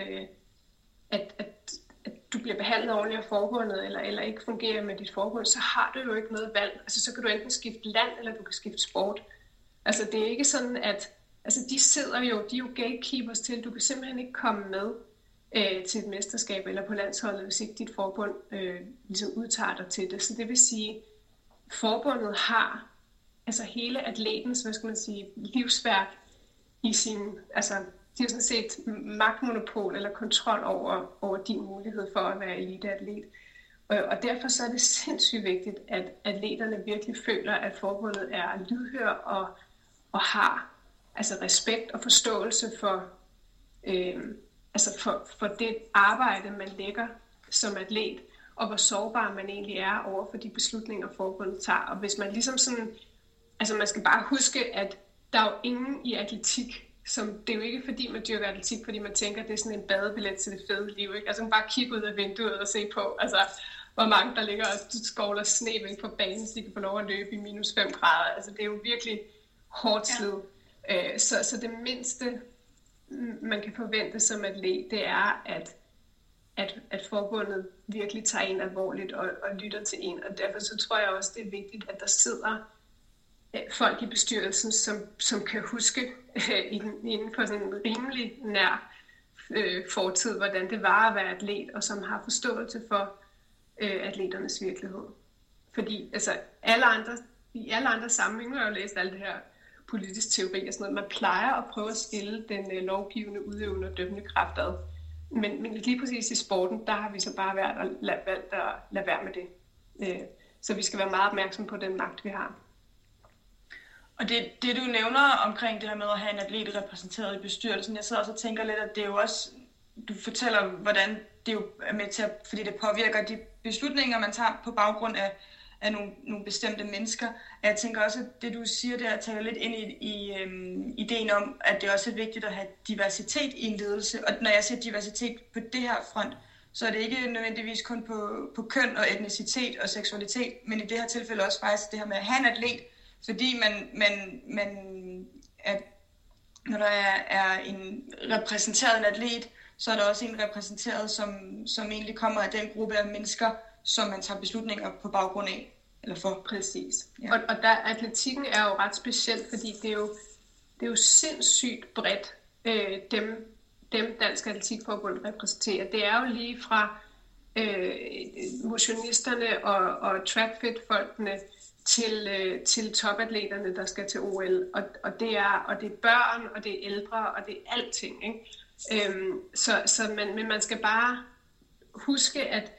du bliver behandlet ordentligt af forbundet, eller ikke fungerer med dit forbund, så har du jo ikke noget valg. Altså så kan du enten skifte land, eller du kan skifte sport. Altså det er ikke sådan, at de er jo gatekeepers til, du kan simpelthen ikke komme med til et mesterskab eller på landsholdet, hvis ikke dit forbund ligesom udtager dig til det. Så det vil sige, forbundet har altså hele atletens, livsværk i sin, altså de har sådan set magtmonopol eller kontrol over din mulighed for at være eliteatlet. Og derfor så er det sindssygt vigtigt, at atleterne virkelig føler, at forbundet er lydhør og har altså respekt og forståelse for, for det arbejde, man lægger som atlet, og hvor sårbar man egentlig er over for de beslutninger, forbundet tager. Og hvis man ligesom sådan, altså man skal bare huske, at der er jo ingen i atletik, det er jo ikke fordi man dyrker atletik, fordi man tænker, at det er sådan en badebillet til det fede liv, ikke? Altså man bare kigge ud af vinduet og se på, altså hvor mange der ligger og skovler sne på banen, så de kan få lov at løbe i minus 5 grader. Altså det er jo virkelig hårdt slid. Ja. Så det mindste, man kan forvente som atlet, det er, at forbundet virkelig tager en alvorligt og lytter til en. Og derfor så tror jeg også, det er vigtigt, at der sidder folk i bestyrelsen, som kan huske inden for sådan en rimelig nær fortid, hvordan det var at være atlet, og som har forståelse for atleternes virkelighed. Fordi altså, i alle andre sammenhænge, har jeg jo læst alt det her politisk teori og sådan noget, man plejer at prøve at skille den lovgivende, udøvende og dømmende kraft ad. Men lige præcis i sporten, der har vi så bare valgt at lade være med det. Så vi skal være meget opmærksomme på den magt, vi har. Og det du nævner omkring det her med at have en atlet repræsenteret i bestyrelsen, jeg sidder også og tænker lidt, at det er jo også, du fortæller, hvordan det jo er med til, fordi det påvirker de beslutninger, man tager på baggrund af nogle bestemte mennesker. Jeg tænker også, at det du siger der, taler lidt ind i ideen om, at det også er vigtigt at have diversitet i en ledelse. Og når jeg siger diversitet på det her front, så er det ikke nødvendigvis kun på køn og etnicitet og seksualitet, men i det her tilfælde også faktisk det her med at have en atlet, fordi at når der er en repræsenteret en atlet, så er der også en repræsenteret, som egentlig kommer af den gruppe af mennesker, som man tager beslutninger på baggrund af. Eller for. Præcis. Ja. Og atletikken er jo ret speciel, fordi det er jo sindssygt bredt, dem Dansk Atletikforbund repræsenterer. Det er jo lige fra motionisterne og trackfit-folkene til topatleterne, der skal til OL. Og det er børn, og det er ældre, og det er alting, ikke? Men man skal bare huske, at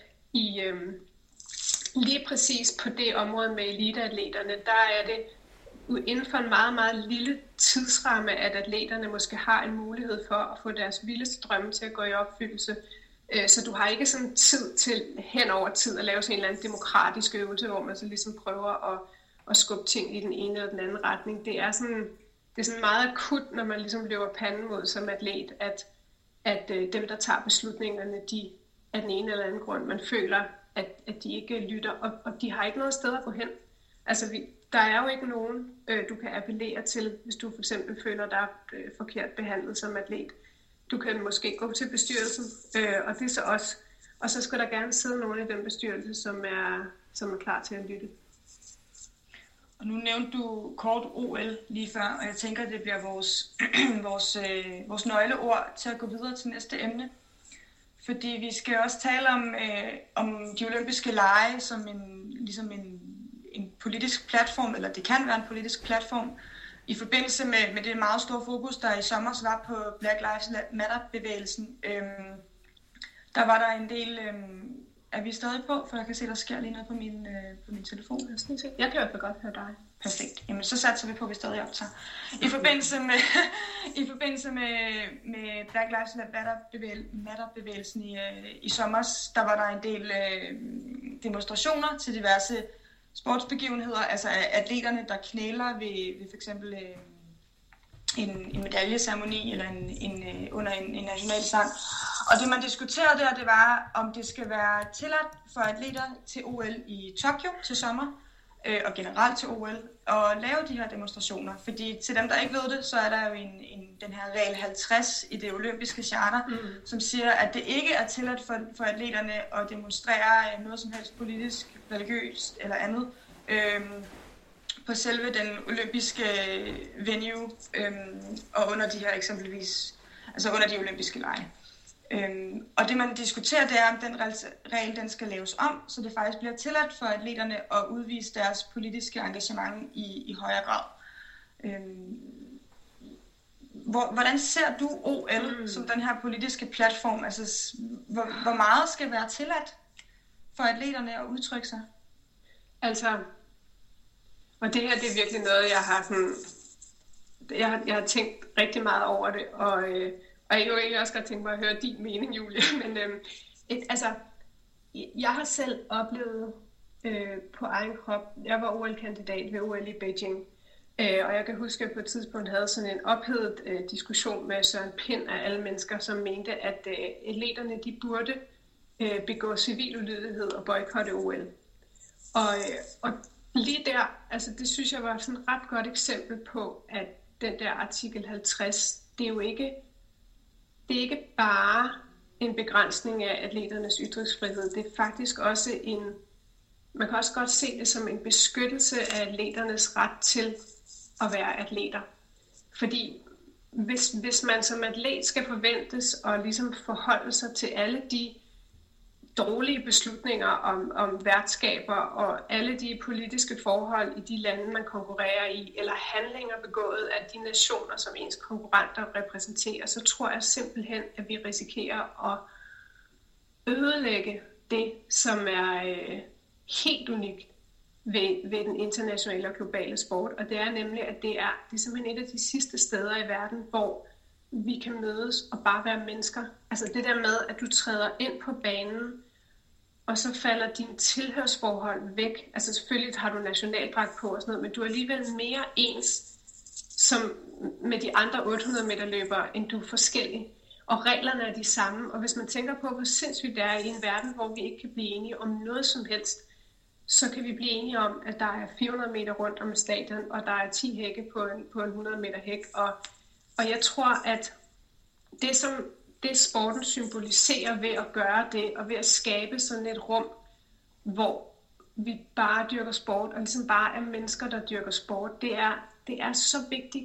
lige præcis på det område med eliteatleterne, der er det inden for en meget, meget lille tidsramme, at atleterne måske har en mulighed for at få deres vildeste drømme til at gå i opfyldelse. Så du har ikke sådan tid til hen over tid at lave sådan en eller anden demokratisk øvelse, hvor man så ligesom prøver at skubbe ting i den ene eller den anden retning. Det er sådan meget akut, når man ligesom løber panden mod som atlet, at dem, der tager beslutningerne, af den ene eller anden grund. Man føler, at de ikke lytter, og de har ikke noget sted at gå hen. Altså, der er jo ikke nogen, du kan appellere til, hvis du for eksempel føler dig forkert behandlet som atlet. Du kan måske gå til bestyrelsen, og det er så os. Og så skal der gerne sidde nogen i den bestyrelse, som er klar til at lytte. Og nu nævnte du kort OL lige før, og jeg tænker, at det bliver vores nøgleord til at gå videre til næste emne. Fordi vi skal også tale om de olympiske lege som en politisk platform, eller det kan være en politisk platform, i forbindelse med det meget store fokus, der i sommer var på Black Lives Matter-bevægelsen. Der var der en del... Er vi stadig på? For jeg kan se, der sker lige noget på min telefon. Jeg kan i hvert fald godt høre dig. Perfekt. Jamen, så satser vi på, at vi stadig optager. I forbindelse med Black Lives Matter-bevægelsen i sommer, der var der en del demonstrationer til diverse sportsbegivenheder, altså atleterne, der knæler ved for eksempel en medaljeceremoni eller under en national sang. Og det man diskuterede der, det var, om det skal være tilladt for atleter til OL i Tokyo til sommer, og generelt til OL, og lave de her demonstrationer. Fordi til dem, der ikke ved det, så er der jo den her regel 50 i det olympiske charter, som siger, at det ikke er tilladt for atleterne at demonstrere noget som helst politisk, religiøst eller andet på selve den olympiske venue, og under de her eksempelvis, altså under de olympiske lege. Og det man diskuterer, det er, om den regel den skal laves om, så det faktisk bliver tilladt for atleterne at udvise deres politiske engagement i højere grad. Hvordan ser du OL som den her politiske platform? Altså, hvor meget skal være tilladt for atleterne at udtrykke sig? Altså, og det her det er virkelig noget, jeg har sådan, jeg har tænkt rigtig meget over det, og jeg kan jo egentlig også godt tænke mig at høre din mening, Julie, men jeg har selv oplevet på egen krop, jeg var OL-kandidat ved OL i Beijing, og jeg kan huske, at jeg på et tidspunkt havde sådan en ophedet diskussion med Søren Pind af alle mennesker, som mente, at atleterne de burde begå civil ulydighed og boykotte OL. Og lige der, altså det synes jeg var sådan et ret godt eksempel på, at den der artikel 50, det er ikke bare en begrænsning af atleternes ytringsfrihed, det er faktisk også man kan også godt se det som en beskyttelse af atleternes ret til at være atleter. Fordi hvis man som atlet skal forventes at ligesom forholde sig til alle de dårlige beslutninger om værtskaber og alle de politiske forhold i de lande, man konkurrerer i, eller handlinger begået af de nationer, som ens konkurrenter repræsenterer, så tror jeg simpelthen, at vi risikerer at ødelægge det, som er helt unikt ved den internationale og globale sport. Og det er nemlig, at det er simpelthen et af de sidste steder i verden, hvor vi kan mødes og bare være mennesker. Altså det der med, at du træder ind på banen, og så falder dine tilhørsforhold væk. Altså selvfølgelig har du nationaldragt på og sådan noget, men du er alligevel mere ens som med de andre 800 meter løbere, end du er forskellig. Og reglerne er de samme. Og hvis man tænker på, hvor sindssygt det er i en verden, hvor vi ikke kan blive enige om noget som helst, så kan vi blive enige om, at der er 400 meter rundt om stadion, og der er 10 hække på en 100 meter hæk. Og jeg tror, at det sporten symboliserer ved at gøre det, og ved at skabe sådan et rum, hvor vi bare dyrker sport, og ligesom bare er mennesker, der dyrker sport, det er så vigtigt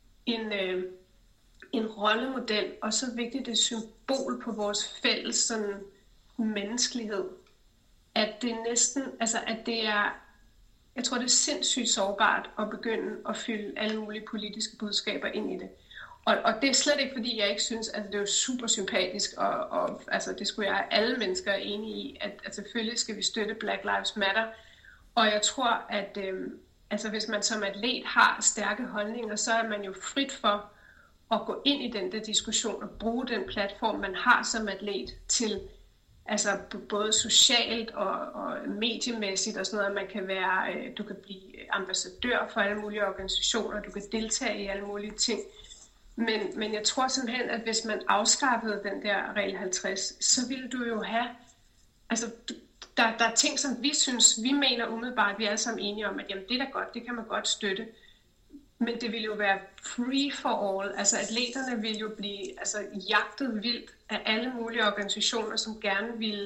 en rollemodel, og så vigtigt et symbol på vores fælles sådan, menneskelighed, at det næsten, altså at det er, jeg tror det er sindssygt sårbart at begynde at fylde alle mulige politiske budskaber ind i det. Og det er slet ikke, fordi jeg ikke synes, at det er super sympatisk, og altså, det skulle jeg alle mennesker er enige i, at selvfølgelig skal vi støtte Black Lives Matter. Og jeg tror, at altså, hvis man som atlet har stærke holdninger, så er man jo frit for at gå ind i den der diskussion og bruge den platform, man har som atlet til, altså både socialt og mediemæssigt og sådan noget, man kan være, du kan blive ambassadør for alle mulige organisationer, du kan deltage i alle mulige ting. Men jeg tror simpelthen, at hvis man afskaffede den der regel 50, så ville du jo have... Altså, der er ting, som vi mener umiddelbart, vi er alle sammen enige om, at jamen, det er da godt, det kan man godt støtte. Men det ville jo være free for all. Altså atleterne ville jo blive jagtet vildt af alle mulige organisationer, som gerne ville,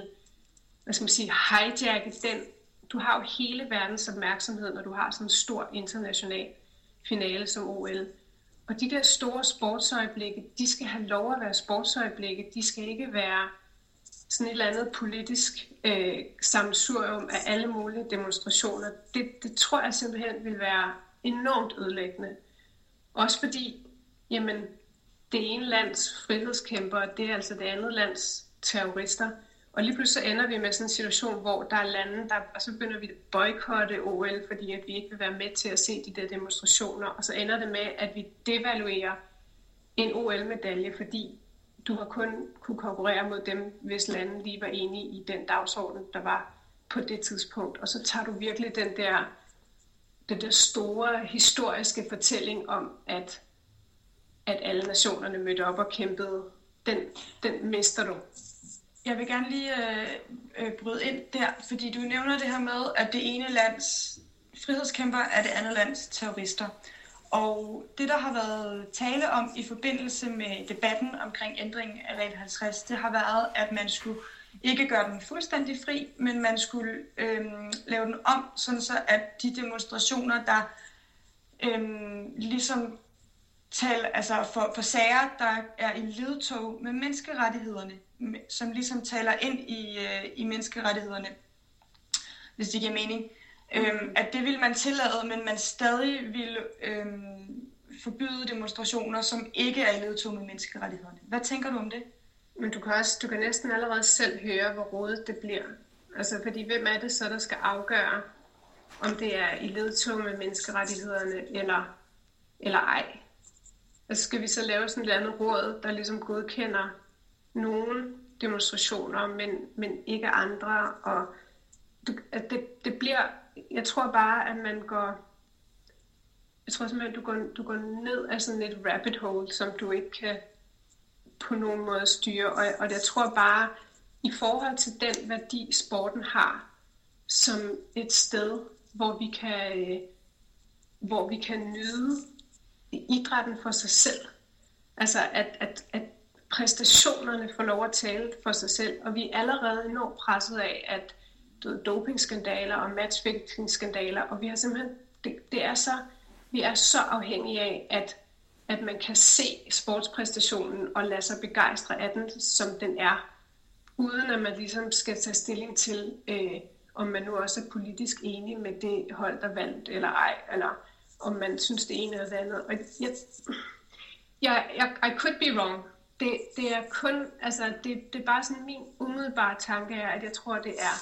hijacke den. Du har jo hele verdens opmærksomhed, når du har sådan en stor international finale som OL. Og de der store sportsøjeblikke, de skal have lov at være sportsøjeblikke. De skal ikke være sådan et eller andet politisk sammensurium af alle mulige demonstrationer. Det tror jeg simpelthen vil være enormt ødelæggende. Også fordi, jamen, det ene lands frihedskæmper, det er altså det andet lands terrorister. Og lige pludselig så ender vi med sådan en situation, hvor der er lande, og så begynder vi at boykotte OL, fordi at vi ikke vil være med til at se de der demonstrationer. Og så ender det med, at vi devaluerer en OL-medalje, fordi du har kun kunne konkurrere mod dem, hvis lande lige var enige i den dagsorden, der var på det tidspunkt. Og så tager du virkelig den der store historiske fortælling om, at alle nationerne mødte op og kæmpede. Den mister du. Jeg vil gerne lige bryde ind der, fordi du nævner det her med, at det ene lands frihedskæmper er det andet lands terrorister. Og det, der har været tale om i forbindelse med debatten omkring ændringen af regel 50, det har været, at man skulle ikke gøre den fuldstændig fri, men man skulle lave den om, sådan så at de demonstrationer, der ligesom for sager, der er i ledtog med menneskerettighederne, som ligesom taler ind i menneskerettighederne, hvis det giver mening, at det ville man tillade, men man stadig ville forbyde demonstrationer, som ikke er i ledtog med menneskerettighederne. Hvad tænker du om det? Men du kan næsten allerede selv høre, hvor rodet det bliver. Altså, fordi hvem er det så, der skal afgøre, om det er i ledtog med menneskerettighederne eller ej? Altså, skal vi så lave sådan et eller andet råd, der ligesom godkender nogle demonstrationer, men ikke andre? Og det bliver... Jeg tror bare, at man går... Jeg tror simpelthen, du går ned af sådan et rabbit hole, som du ikke kan på nogen måde styre. Og jeg tror bare, i forhold til den værdi, sporten har, som et sted, hvor vi kan nyde idrætten for sig selv. Altså at præstationerne får lov at tale for sig selv. Og vi er allerede enormt presset af, at dopingskandaler og matchfixing-skandaler, og vi har simpelthen, vi er så afhængige af, at man kan se sportspræstationen og lade sig begejstre af den, som den er, uden at man ligesom skal tage stilling til, om man nu også er politisk enig med det hold, der vandt eller ej, eller om man synes det ene eller det andet. Og I could be wrong. Det er kun, altså det er bare sådan min umiddelbare tanke er, at jeg tror det er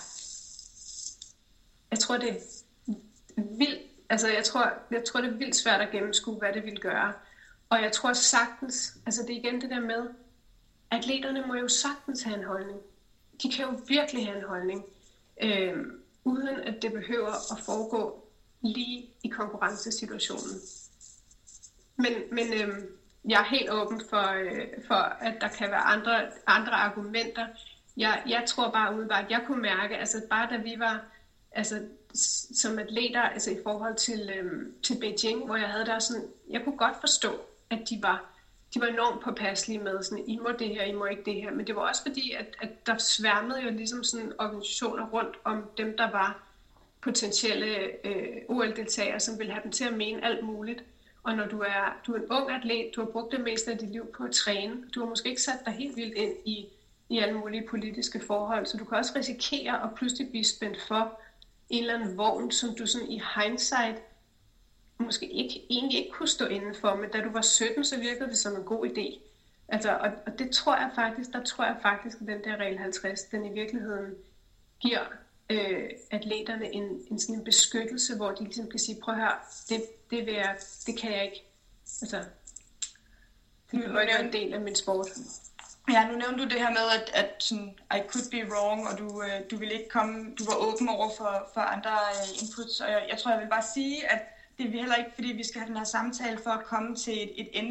vildt, altså jeg tror det er vildt svært at gennemskue, hvad det vil gøre. Og jeg tror sagtens, altså det er igen det der med, atleterne må jo sagtens have en holdning. De kan jo virkelig have en holdning, uden at det behøver at foregå lige i konkurrencesituationen. Men jeg er helt åben for, at der kan være andre argumenter. Jeg tror bare umiddelbart, at jeg kunne mærke, altså bare da vi var som atleter, altså i forhold til Beijing, hvor jeg havde der sådan, jeg kunne godt forstå, at de var enormt påpasselige med sådan, I må det her, I må ikke det her, men det var også fordi, at der sværmede jo ligesom sådan organisationer rundt om dem, der var potentielle OL-deltagere, som ville have dem til at mene alt muligt. Og når du er en ung atlet, du har brugt det meste af dit liv på at træne, du har måske ikke sat dig helt vildt ind i alle mulige politiske forhold, så du kan også risikere at pludselig blive spændt for en eller anden vogn, som du sådan i hindsight måske egentlig ikke kunne stå inden for, men da du var 17, så virkede det som en god idé. Altså, og det tror jeg faktisk, at den der regel 50, den i virkeligheden giver atleterne en sådan en beskyttelse, hvor de ligesom kan sige, prøv at høre, det kan jeg ikke. Altså, det vil ikke være en del af min sport. Ja, nu nævnte du det her med, at sådan, I could be wrong, og du ville ikke komme, du var åben over for andre inputs, og jeg tror, jeg vil bare sige, at det er heller ikke, fordi vi skal have den her samtale for at komme til et endeligt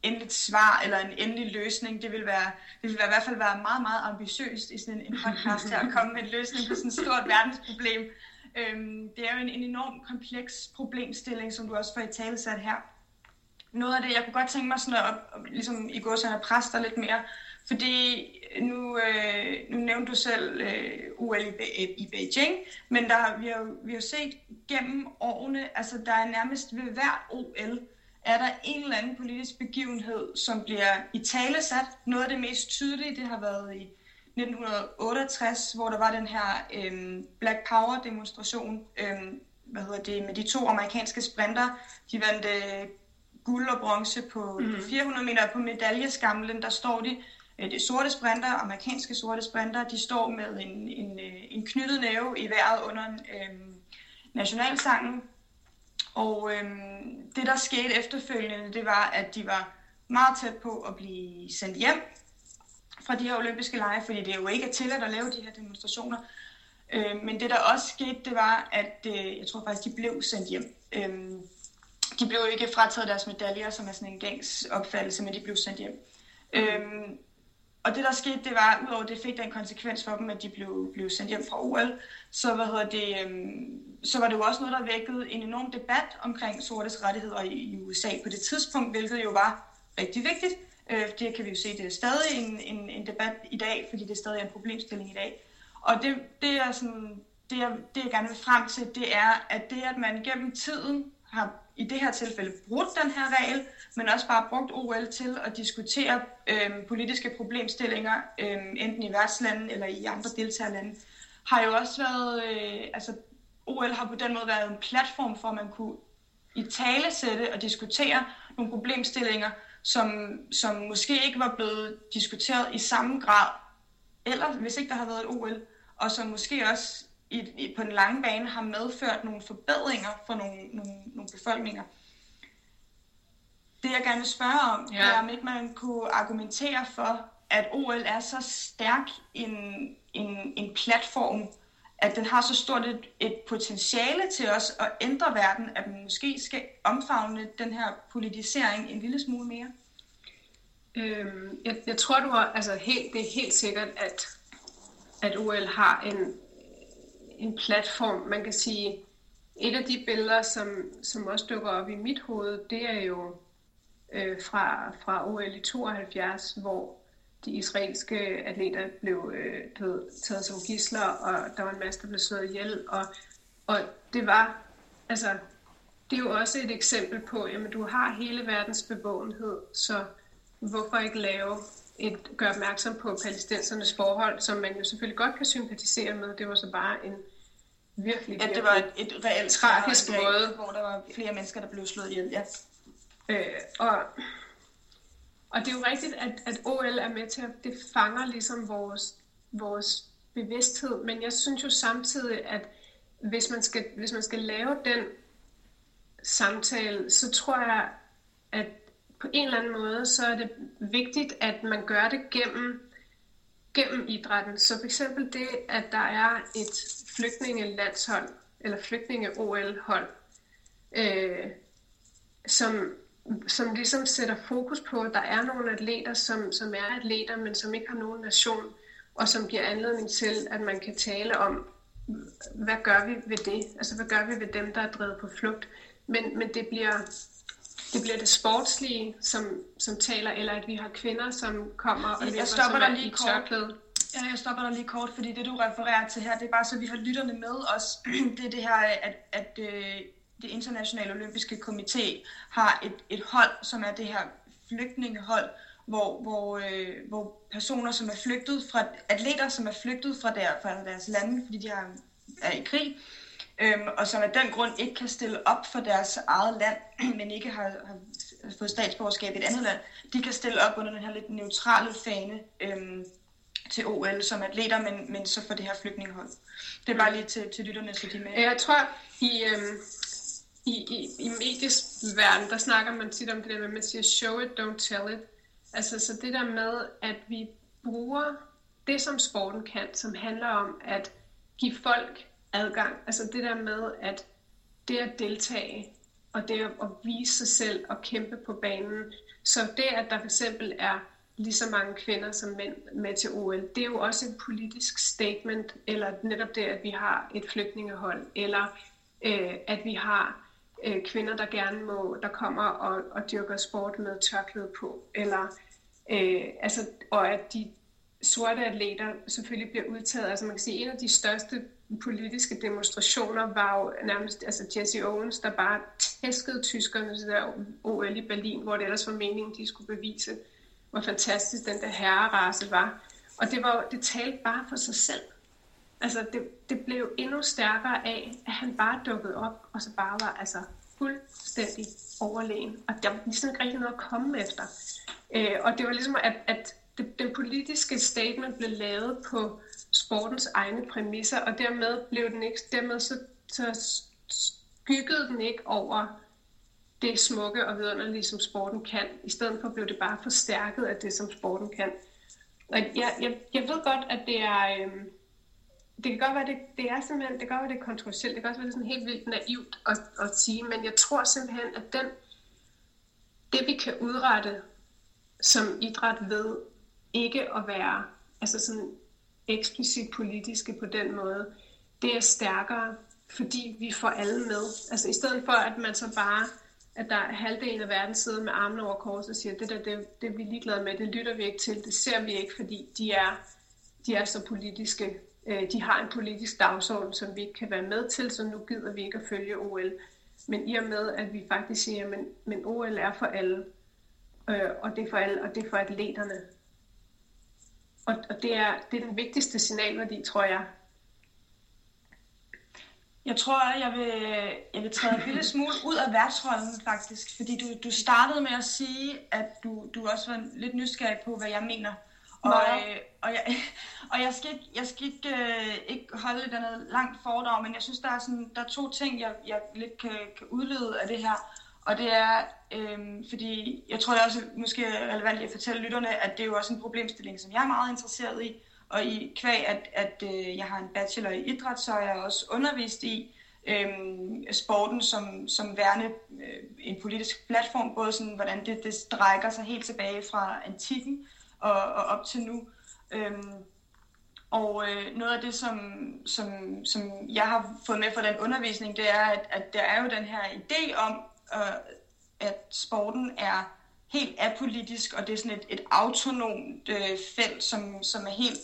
endeligt svar eller en endelig løsning. Det vil i hvert fald være meget, meget ambitiøst i sådan en podcast her at komme med en løsning på sådan et stort verdensproblem. Det er jo en enormt kompleks problemstilling, som du også får i talesat her. Noget af det, jeg kunne godt tænke mig sådan at ligesom i går sådan at presse dig lidt mere, fordi nu nævnte du selv OL i Beijing, men vi har jo set gennem årene, altså der er nærmest ved hvert OL, er der en eller anden politisk begivenhed, som bliver italesat. Noget af det mest tydelige, det har været i 1968, hvor der var den her Black Power demonstration, med de 2 amerikanske sprinter. De vandt guld og bronze på 400 meter på medaljeskamlen. Der står det er sorte sprinter, amerikanske sorte sprinter, de står med en knyttet næve i vejret under nationalsangen. Og det, der skete efterfølgende, det var, at de var meget tæt på at blive sendt hjem fra de her olympiske lege, fordi det jo ikke er tilladt at lave de her demonstrationer. Men det, der også skete, det var, at jeg tror faktisk, de blev sendt hjem. De blev ikke frataget deres medaljer, som er sådan en gængs opfattelse, men de blev sendt hjem. Og det, der skete, det var, udover det fik den konsekvens for dem, at de blev sendt hjem fra OL, så var det jo også noget, der vækkede en enorm debat omkring sortes rettigheder i USA på det tidspunkt, hvilket jo var rigtig vigtigt. Det kan vi jo se, det er stadig en debat i dag, fordi det er stadig en problemstilling i dag. Og det jeg gerne vil frem til, det er, at man gennem tiden har i det her tilfælde brugt den her regel, men også bare brugt OL til at diskutere politiske problemstillinger, enten i værtslandet eller i andre deltagerlande, har jo også været, OL har på den måde været en platform for, at man kunne italesætte og diskutere nogle problemstillinger, som måske ikke var blevet diskuteret i samme grad, eller hvis ikke der har været et OL, og som måske også på den lange bane har medført nogle forbedringer for nogle befolkninger. Det jeg gerne vil spørge om, det er, om ikke man kunne argumentere for, at OL er så stærk en platform, at den har så stort et potentiale til os at ændre verden, at man måske skal omfavne den her politisering en lille smule mere? Jeg tror, det er helt sikkert, at OL har en platform. Man kan sige, et af de billeder, som også dukker op i mit hoved, det er jo fra OL i 72, hvor de israelske atleter blev taget som gidsler, og der var en masse, der blev slået ihjel. Og det var, det er jo også et eksempel på, jamen du har hele verdens bevågenhed, så hvorfor ikke gøre opmærksom på palæstinensernes forhold, som man jo selvfølgelig godt kan sympatisere med. Det var så bare en virkelig det var et reelt tragisk måde, hvor der var flere mennesker, der blev slået ihjel. Ja. Og det er jo rigtigt, at OL er med til, at det fanger ligesom vores bevidsthed, men jeg synes jo samtidig, at hvis man skal lave den samtale, så tror jeg, at på en eller anden måde, så er det vigtigt, at man gør det gennem idrætten. Så for eksempel det, at der er et flygtningelandshold, eller flygtninge-OL-hold, som ligesom sætter fokus på, at der er nogle atleter, som er atleter, men som ikke har nogen nation, og som giver anledning til, at man kan tale om, hvad gør vi ved det? Altså, hvad gør vi ved dem, der er drevet på flugt? Men det bliver det sportslige, som taler, eller at vi har kvinder, som kommer og løber som er i tørklæde. Ja, jeg stopper dig lige kort, fordi det du refererer til her, det er bare så vi har lytterne med os. Det er det her, at det internationale olympiske komité har et hold, som er det her flygtningehold, hvor personer, som er flygtet fra, atleter, som er flygtet fra deres lande, fordi de er i krig, og som af den grund ikke kan stille op for deres eget land, men ikke har fået statsborgerskab i et andet land, de kan stille op under den her lidt neutrale fane til OL som atleter, men så for det her flygtningehold. Det er bare lige til lytterne, så de med. Jeg tror, i mediesverden, der snakker man tit om det der med, at man siger, show it, don't tell it. Altså, så det der med, at vi bruger det, som sporten kan, som handler om at give folk adgang. Altså det der med, at det at deltage, og det at vise sig selv og kæmpe på banen, Så det, at der for eksempel er lige så mange kvinder som mænd med til OL, det er jo også et politisk statement, eller netop det, at vi har et flygtningehold, eller at vi har kvinder, der gerne der kommer og dyrker sport med tørklæde på, eller og at de sorte atleter selvfølgelig bliver udtaget. Altså man kan sige, en af de største politiske demonstrationer var jo nærmest Jesse Owens, der bare tæskede tyskerne til der OL i Berlin, hvor det ellers var meningen, de skulle bevise, hvor fantastisk den der herrerace var. Og det talte bare for sig selv. Altså det blev endnu stærkere af, at han bare dukkede op, og så bare var fuldstændig overlegen. Og der var ligesom ikke rigtig noget at komme efter. Og det var ligesom, at den politiske statement blev lavet på sportens egne præmisser, og dermed så skyggede den ikke over det smukke og vidunderlige, som sporten kan. I stedet for blev det bare forstærket af det, som sporten kan. Og jeg ved godt, at det er... det kan godt være, det er simpelthen, det kan godt være, det er kontroversielt, det kan også være, det er sådan helt vildt naivt at sige, men jeg tror simpelthen, at det vi kan udrette som idræt ved ikke at være sådan eksplicit politiske på den måde, det er stærkere, fordi vi får alle med. Altså i stedet for, at man så bare, at der er halvdelen af verden sidder med armene over kors og siger, det er vi ligeglade med, det lytter vi ikke til, det ser vi ikke, fordi de er så politiske. De har en politisk dagsorden, som vi ikke kan være med til, så nu gider vi ikke at følge OL. Men i og med, at vi faktisk siger, men OL er for alle, og det er for alle, og det er for atleterne. Og det er den vigtigste signalværdi, tror jeg. Jeg tror, jeg vil træde en lille smule ud af værtsrollen faktisk, fordi du startede med at sige, at du også var lidt nysgerrig på, hvad jeg mener. Og jeg skal ikke holde et andet langt foredrag, men jeg synes, der er to ting, jeg lidt kan udlede af det her. Og det er, fordi jeg tror, det er også måske relevant at fortælle lytterne, at det er jo også en problemstilling, som jeg er meget interesseret i. Og i kvæg, at jeg har en bachelor i idræt, så er jeg også undervist i sporten som værende en politisk platform, både sådan, hvordan det strækker sig helt tilbage fra antikken og op til nu. Noget af det, som jeg har fået med fra den undervisning, det er, at der er jo den her idé om, at sporten er helt apolitisk, og det er sådan et autonomt felt, som er helt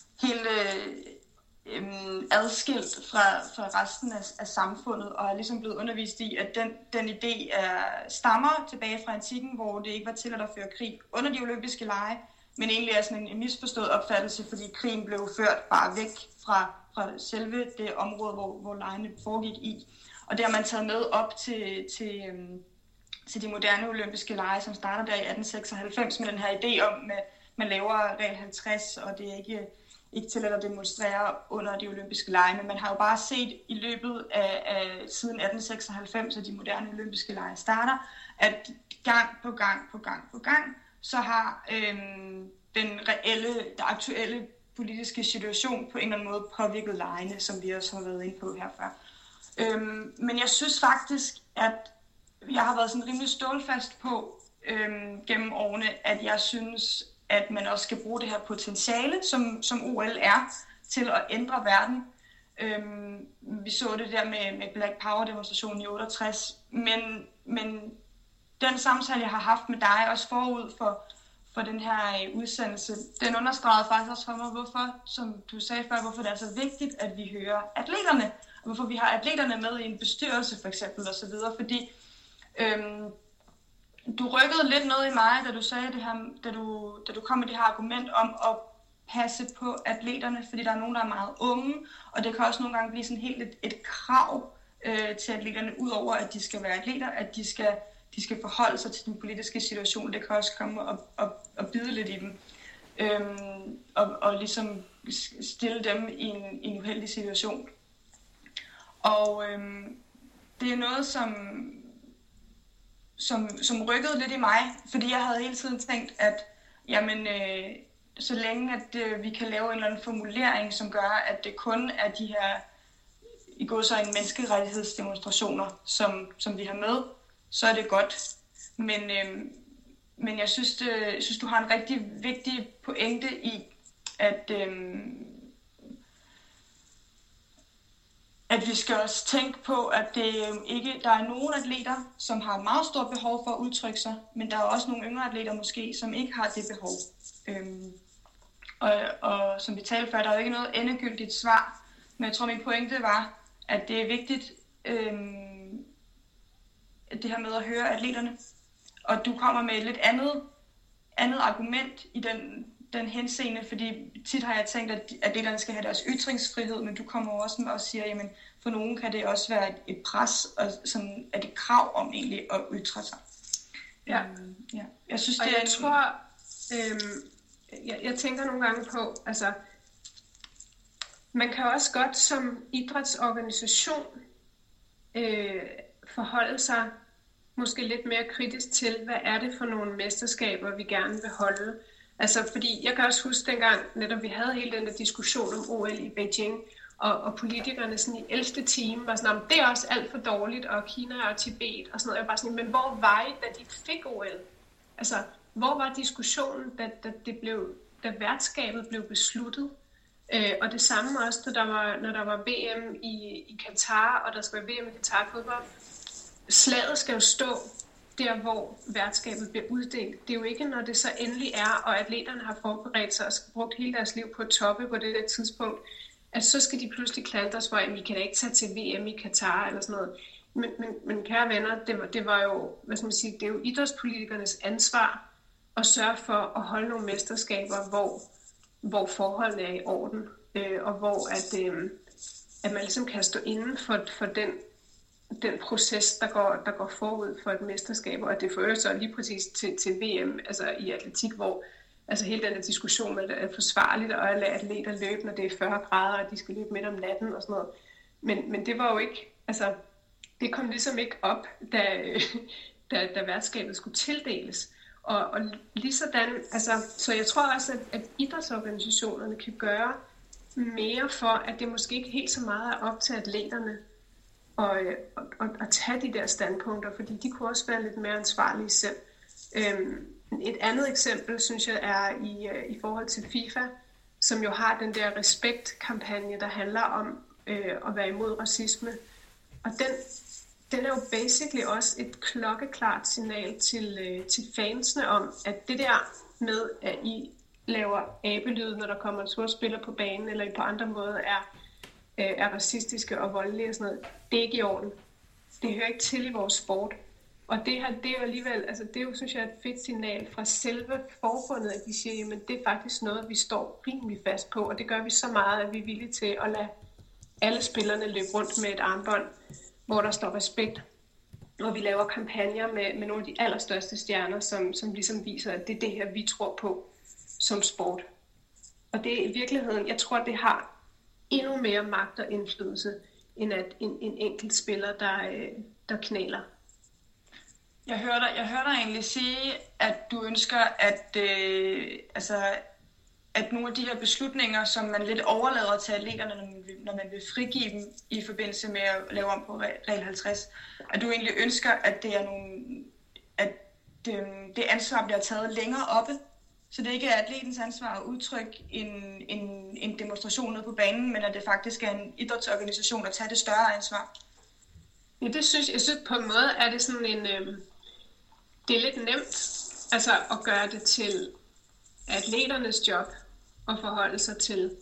adskilt fra resten af samfundet, og er ligesom blevet undervist i, at den idé stammer tilbage fra antikken, hvor det ikke var tilladt at føre krig under de olympiske lege, men egentlig er sådan en misforstået opfattelse, fordi krigen blev ført bare væk fra selve det område, hvor legene foregik i. Og det har man taget med op til de moderne olympiske lege, som starter der i 1896 med den her idé om, at man laver regel 50, og det er ikke tilladt at demonstrere under de olympiske lege. Men man har jo bare set i løbet af siden 1896, at de moderne olympiske lege starter, at gang på gang, så har den aktuelle politiske situation på en eller anden måde påvirket legene, som vi også har været inde på her før. Men jeg synes faktisk, at jeg har været sådan rimelig stålfast på gennem årene, at jeg synes, at man også skal bruge det her potentiale, som OL er, til at ændre verden. Vi så det der med Black Power-demonstrationen i 68, men den samtale, jeg har haft med dig, også forud for den her udsendelse, den understregede faktisk også for mig, hvorfor, som du sagde før, hvorfor det er så vigtigt, at vi hører atleterne, og hvorfor vi har atleterne med i en bestyrelse for eksempel osv., fordi du rykkede lidt noget i mig, da du sagde det her, da du kom med det her argument om at passe på atleterne, fordi der er nogen, der er meget unge, og det kan også nogle gange blive sådan helt et krav til atleterne, udover at de skal være atleter, at de skal forholde sig til den politiske situation. Det kan også komme og bide lidt i dem, og ligesom stille dem i en uheldig situation. Og det er noget, som rykkede lidt i mig, fordi jeg havde hele tiden tænkt, at så længe at vi kan lave en eller anden formulering, som gør, at det kun er de her i går så en menneskerettighedsdemonstrationer, som vi har med, så er det godt. Men Men jeg synes, du har en rigtig vigtig pointe i, at vi skal også tænke på, at der er nogle atleter, som har meget stort behov for at udtrykke sig, men der er også nogle yngre atleter måske, som ikke har det behov. Og som vi talte før, der er jo ikke noget endegyldigt svar, men jeg tror, min pointe var, at det er vigtigt, det her med at høre atleterne. Og du kommer med et lidt andet argument i den henseende, fordi tit har jeg tænkt, at atleterne skal have deres ytringsfrihed, men du kommer også med og siger, jamen for nogen kan det også være et pres, og sådan er det krav om egentlig at ytre sig. Ja. Jeg synes, og jeg tror, jeg tænker nogle gange på, altså man kan også godt som idrætsorganisation forholde sig måske lidt mere kritisk til, hvad er det for nogle mesterskaber, vi gerne vil holde. Altså, fordi jeg kan også huske dengang, netop vi havde hele den der diskussion om OL i Beijing, og politikerne sådan i 11. time var sådan, det er også alt for dårligt, og Kina og Tibet og sådan noget. Jeg var bare sådan, men hvor var I, da de fik OL? Altså, hvor var diskussionen, da værtskabet blev besluttet? Og det samme også, når der var VM i Katar, og der skal være VM i Katar fodbold. Slaget skal jo stå der, hvor værtskabet bliver uddelt. Det er jo ikke, når det så endelig er, og atleterne har forberedt sig og brugt hele deres liv på at toppe på det der tidspunkt, at så skal de pludselig klandres for, at vi kan da ikke tage til VM i Katar eller sådan noget. Men kære venner, det var jo, hvad skal man sige, det er jo idrætspolitikernes ansvar at sørge for at holde nogle mesterskaber, hvor forholdene er i orden, og hvor at man ligesom kan stå inden for den proces, der går forud for et mesterskab, og at det fører så lige præcis til VM, altså i atletik, hvor altså hele den der diskussion med, at det er forsvarligt at lade atleter løbe, når det er 40 grader, og de skal løbe midt om natten og sådan noget. Men det var jo ikke, altså det kom ligesom ikke op, da værtskabet skulle tildeles. Og lige sådan, altså, så jeg tror også, at idrætsorganisationerne kan gøre mere for, at det måske ikke helt så meget er op til atleterne at tage de der standpunkter, fordi de kunne også være lidt mere ansvarlige selv. Et andet eksempel, synes jeg, er i forhold til FIFA, som jo har den der respektkampagne, der handler om at være imod racisme. Og den er jo basically også et klokkeklart signal til fansene om, at det der med, at I laver abelyd, når der kommer en sort spiller på banen, eller på andre måder er racistiske og voldelige og sådan noget, det er ikke i orden. Det hører ikke til i vores sport. Og det er jo alligevel, altså det er jo, synes jeg, et fedt signal fra selve forbundet, at de siger, jamen det er faktisk noget, vi står rimelig fast på, og det gør vi så meget, at vi er villige til at lade alle spillerne løbe rundt med et armbånd, hvor der står respekt. Og vi laver kampagner med nogle af de allerstørste stjerner, som ligesom viser, at det er det her, vi tror på som sport. Og det er i virkeligheden, jeg tror, det har endnu mere magt og indflydelse, end at en enkelt spiller, der knæler. Jeg hører dig egentlig sige, at du ønsker, at nogle af de her beslutninger, som man lidt overlader til atleterne, når man vil frigive dem i forbindelse med at lave om på regel 50, at du egentlig ønsker, at det ansvar bliver taget længere oppe, så det ikke er atletens ansvar at udtrykke en demonstration nede på banen, men at det faktisk er en idrætsorganisation at tage det større ansvar. Ja, det synes jeg synes på en måde er det sådan en, det er lidt nemt altså at gøre det til atleternes job at forholde sig til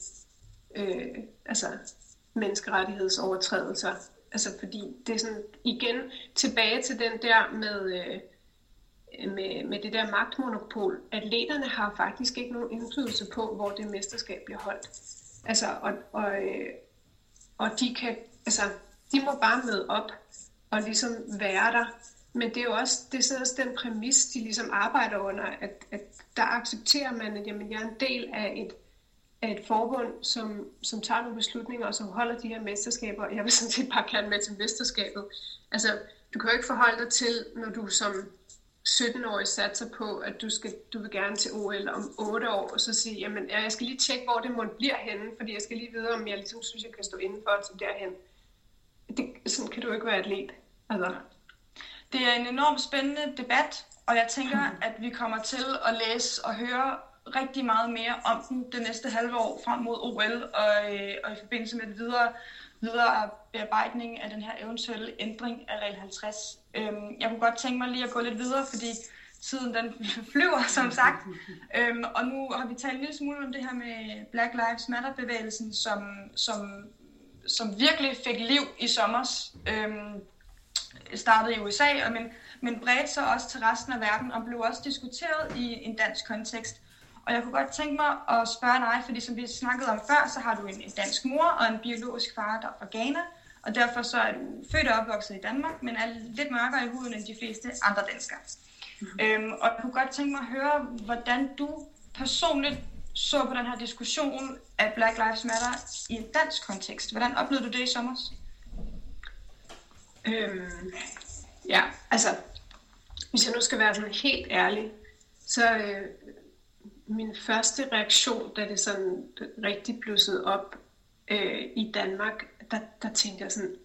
menneskerettighedsovertrædelser. Altså fordi det er sådan igen tilbage til den der med det der magtmonopol. Atleterne har faktisk ikke nogen indflydelse på, hvor det mesterskab bliver holdt. Altså og de kan, altså de må bare møde op og ligesom være der. Men det er jo også, det er også den præmis, de ligesom arbejder under, at der accepterer man, at jamen, jeg er en del af et forbund, som tager nogle beslutninger, og som holder de her mesterskaber. Jeg vil sådan set bare gerne med til mesterskabet. Altså, du kan jo ikke forholde dig til, når du som 17-årig satser på, at du vil gerne til OL om 8 år, og så sige, jamen, jeg skal lige tjekke, hvor det måtte bliver henne, fordi jeg skal lige vide, om jeg ligesom synes, jeg kan stå indenfor til derhen. Sådan kan du ikke være atlet. Altså. Det er en enormt spændende debat, Og jeg tænker, at vi kommer til at læse og høre rigtig meget mere om den det næste halve år frem mod OL, og i forbindelse med det videre bearbejdning af den her eventuelle ændring af regel 50. Jeg kunne godt tænke mig lige at gå lidt videre, fordi tiden den flyver, som sagt. Og nu har vi talt en lille smule om det her med Black Lives Matter-bevægelsen, som virkelig fik liv i sommers. Startede i USA, men bredte sig også til resten af verden og blev også diskuteret i en dansk kontekst. Og jeg kunne godt tænke mig at spørge dig, fordi som vi snakkede om før, så har du en dansk mor og en biologisk far, der er fra Ghana, og derfor så er du født og opvokset i Danmark, men er lidt mørkere i huden end de fleste andre danskere. Og jeg kunne godt tænke mig at høre, hvordan du personligt så på den her diskussion af Black Lives Matter i en dansk kontekst. Hvordan oplevede du det i sommer? Ja, altså, hvis jeg nu skal være sådan helt ærlig, så min første reaktion, da det sådan rigtig blussede op i Danmark, der tænkte jeg sådan,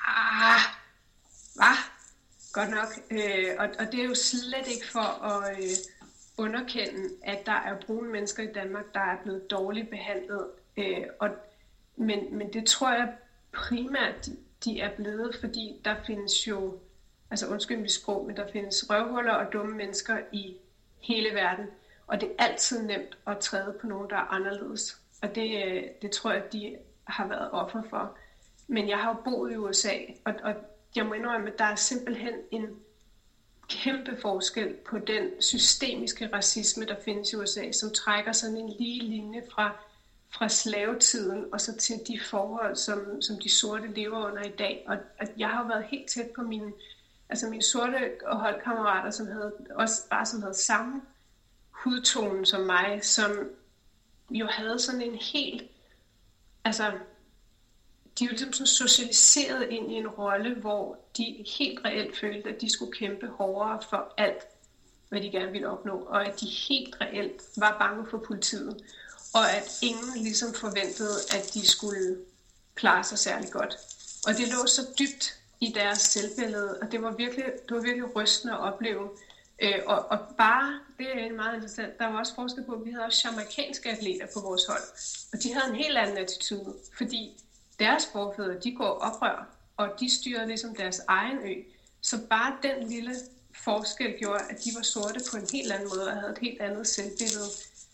hvad? Godt nok. Og det er jo slet ikke for at underkende, at der er brune mennesker i Danmark, der er blevet dårligt behandlet. Men det tror jeg primært, de er blevet, fordi der findes jo, altså undskyld mit sprog, men der findes røvhuller og dumme mennesker i hele verden. Og det er altid nemt at træde på nogen, der er anderledes. Og det tror jeg, de har været offer for. Men jeg har jo boet i USA, og jeg må indrømme, at der er simpelthen en kæmpe forskel på den systemiske racisme, der findes i USA, som trækker sådan en lige linje fra slavetiden og så til de forhold, som de sorte lever under i dag. Og jeg har været helt tæt på mine sorte holdkammerater, som havde samme hudtonen som mig, som jo havde sådan en helt, altså de er jo ligesom sådan socialiseret ind i en rolle, hvor de helt reelt følte, at de skulle kæmpe hårdere for alt, hvad de gerne ville opnå, og at de helt reelt var bange for politiet, og at ingen ligesom forventede, at de skulle klare sig særlig godt. Og det lå så dybt i deres selvbillede, og det var virkelig rystende at opleve. Og bare, det er meget interessant, der var også forskel på, at vi havde også jamaikanske atleter på vores hold, og de havde en helt anden attitude, fordi deres forfædre, de går oprør, og de styrede ligesom deres egen ø. Så bare den lille forskel gjorde, at de var sorte på en helt anden måde, og havde et helt andet selvbillede.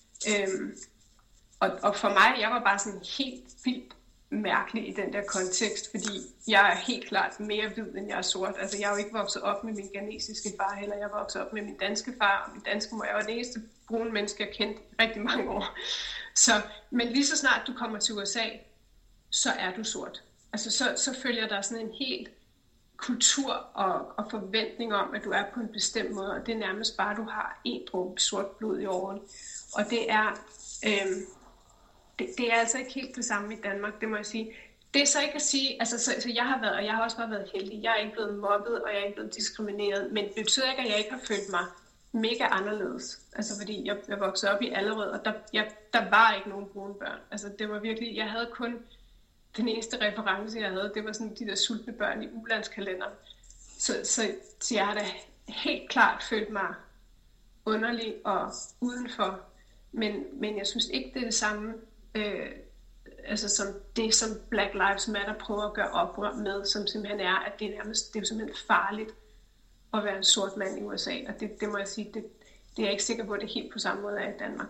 Og for mig, jeg var bare sådan helt vildt mærkelig i den der kontekst, fordi jeg er helt klart mere hvid, end jeg er sort. Altså, jeg er jo ikke vokset op med min ghanesiske far, heller jeg er vokset op med min danske far og min danske mor. Jeg var det eneste brune menneske, jeg kendte rigtig mange år. Men lige så snart du kommer til USA, så er du sort. Altså, så følger der sådan en helt kultur og forventning om, at du er på en bestemt måde, og det er nærmest bare, at du har en dråbe sort blod i åren. Og det er... Det er altså ikke helt det samme i Danmark, det må jeg sige. Det er så ikke at sige, altså så jeg har været, og jeg har også bare været heldig. Jeg er ikke blevet mobbet, og jeg er ikke blevet diskrimineret, men det betyder ikke, at jeg ikke har følt mig mega anderledes. Altså fordi jeg voksede op i Allerød, og der var ikke nogen brune børn. Altså det var virkelig, jeg havde kun den eneste reference, jeg havde, det var sådan de der sultne børn i ulandskalenderen. Så jeg har da helt klart følt mig underlig og udenfor, men jeg synes ikke, det er det samme, altså som det, som Black Lives Matter prøver at gøre oprør med, som simpelthen er, at det er jo simpelthen farligt at være en sort mand i USA, og det må jeg sige, det er jeg ikke sikker på, at det er helt på samme måde er i Danmark.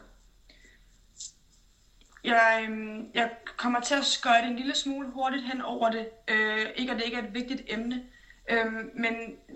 Jeg kommer til at skøjte en lille smule hurtigt hen over det, ikke at det ikke er et vigtigt emne, men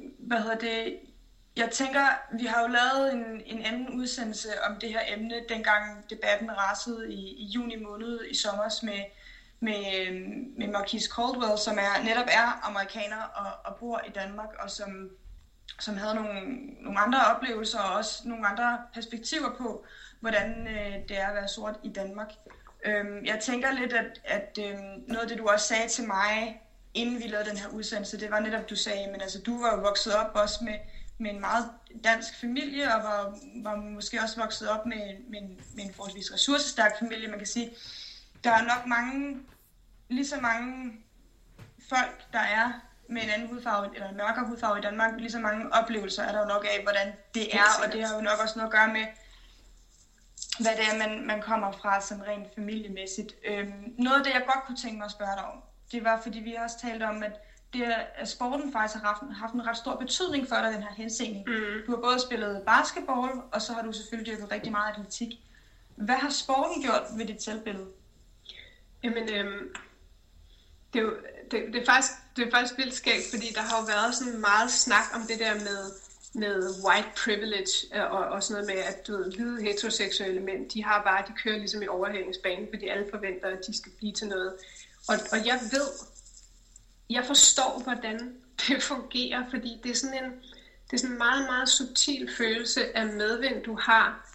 jeg tænker, vi har jo lavet en anden udsendelse om det her emne, dengang debatten rasede i juni måned i sommers med Marquise Caldwell, som netop er amerikaner og bor i Danmark, og som havde nogle andre oplevelser og også nogle andre perspektiver på, hvordan det er at være sort i Danmark. Jeg tænker lidt, at noget af det, du også sagde til mig, inden vi lavede den her udsendelse, det var netop, du sagde, men altså, du var jo vokset op også med en meget dansk familie, og var måske også vokset op med en forholdsvis ressourcestærk familie. Man kan sige, der er nok lige så mange folk, der er med en anden hudfarve, eller en mørkere hudfarve i Danmark, lige så mange oplevelser er der jo nok af, hvordan det er, og det har jo nok også noget at gøre med, hvad det er, man kommer fra sådan rent familiemæssigt. Noget af det, jeg godt kunne tænke mig at spørge dig om, det var, fordi vi har også talt om, at sporten faktisk har haft en ret stor betydning for dig, den her henseende. Du har både spillet basketball, og så har du selvfølgelig dyrket rigtig meget atletik. Hvad har sporten gjort ved dit selvbillede? Jamen, det er faktisk vildt skægt, fordi der har jo været sådan meget snak om det der med white privilege og sådan noget med, at hvide heteroseksuelle mænd, de kører ligesom i overhældningsbanen, fordi alle forventer, at de skal blive til noget. Og jeg forstår, hvordan det fungerer, fordi det er sådan en meget, meget subtil følelse af medvind, du har,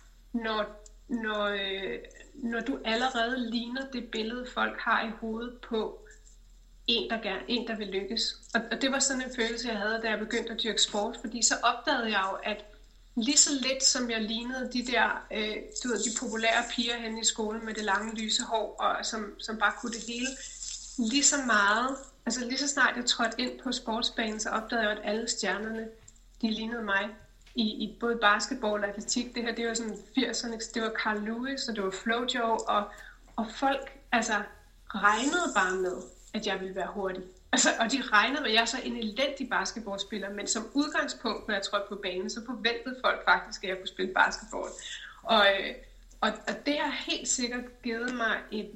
når du allerede ligner det billede, folk har i hovedet på en, der vil lykkes. Og det var sådan en følelse, jeg havde, da jeg begyndte at dyrke sport, fordi så opdagede jeg jo, at lige så lidt som jeg lignede de der, de populære piger henne i skolen med det lange lyse hår, og som bare kunne det hele, lige så meget, altså lige så snart jeg trådte ind på sportsbanen, så opdagede jeg, at alle stjernerne, de lignede mig. I både basketball og atletik. Det her, det var sådan 80'erne, det var Carl Lewis, og det var Flojo, og folk altså regnede bare med, at jeg ville være hurtig. Altså, og de regnede med, at jeg er så en elendig basketballspiller, men som udgangspunkt, når jeg trådte på banen, så forventede folk faktisk, at jeg kunne spille basketball. Og det har helt sikkert givet mig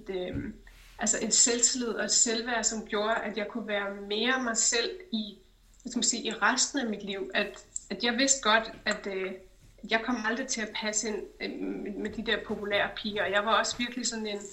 en selvtillid og et selvværd, som gjorde, at jeg kunne være mere mig selv i resten af mit liv. At jeg vidste godt, at jeg kom aldrig til at passe ind med de der populære piger. Jeg var også virkelig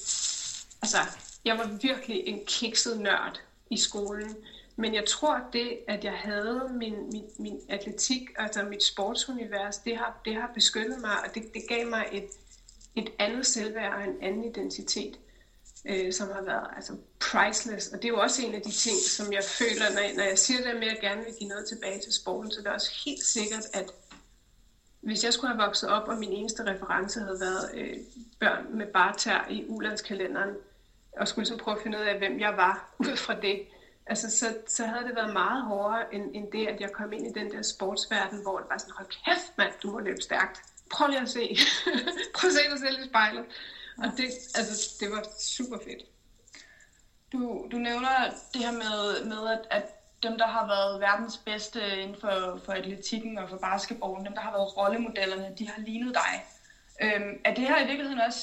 jeg var virkelig en kikset nørd i skolen. Men jeg tror, at jeg havde min atletik, altså mit sportsunivers, det har beskyttet mig, og det gav mig et andet selvværd og en anden identitet, som har været priceless. Og det er jo også en af de ting, som jeg føler, når jeg siger det med, at jeg gerne vil give noget tilbage til sporten, så det er også helt sikkert, at hvis jeg skulle have vokset op, og min eneste reference havde været børn med bartær i ulandskalenderen, og skulle ligesom prøve at finde ud af, hvem jeg var ud fra det, så havde det været meget hårdere, end det, at jeg kom ind i den der sportsverden, hvor det var sådan, hold kæft mand, du må løbe stærkt. Prøv lige at se. Prøv at se dig selv i spejlet. Og det var super fedt. Du nævner det her med at dem, der har været verdens bedste inden for atletikken og for basketballen, dem, der har været rollemodellerne, de har lignet dig. Er det her i virkeligheden også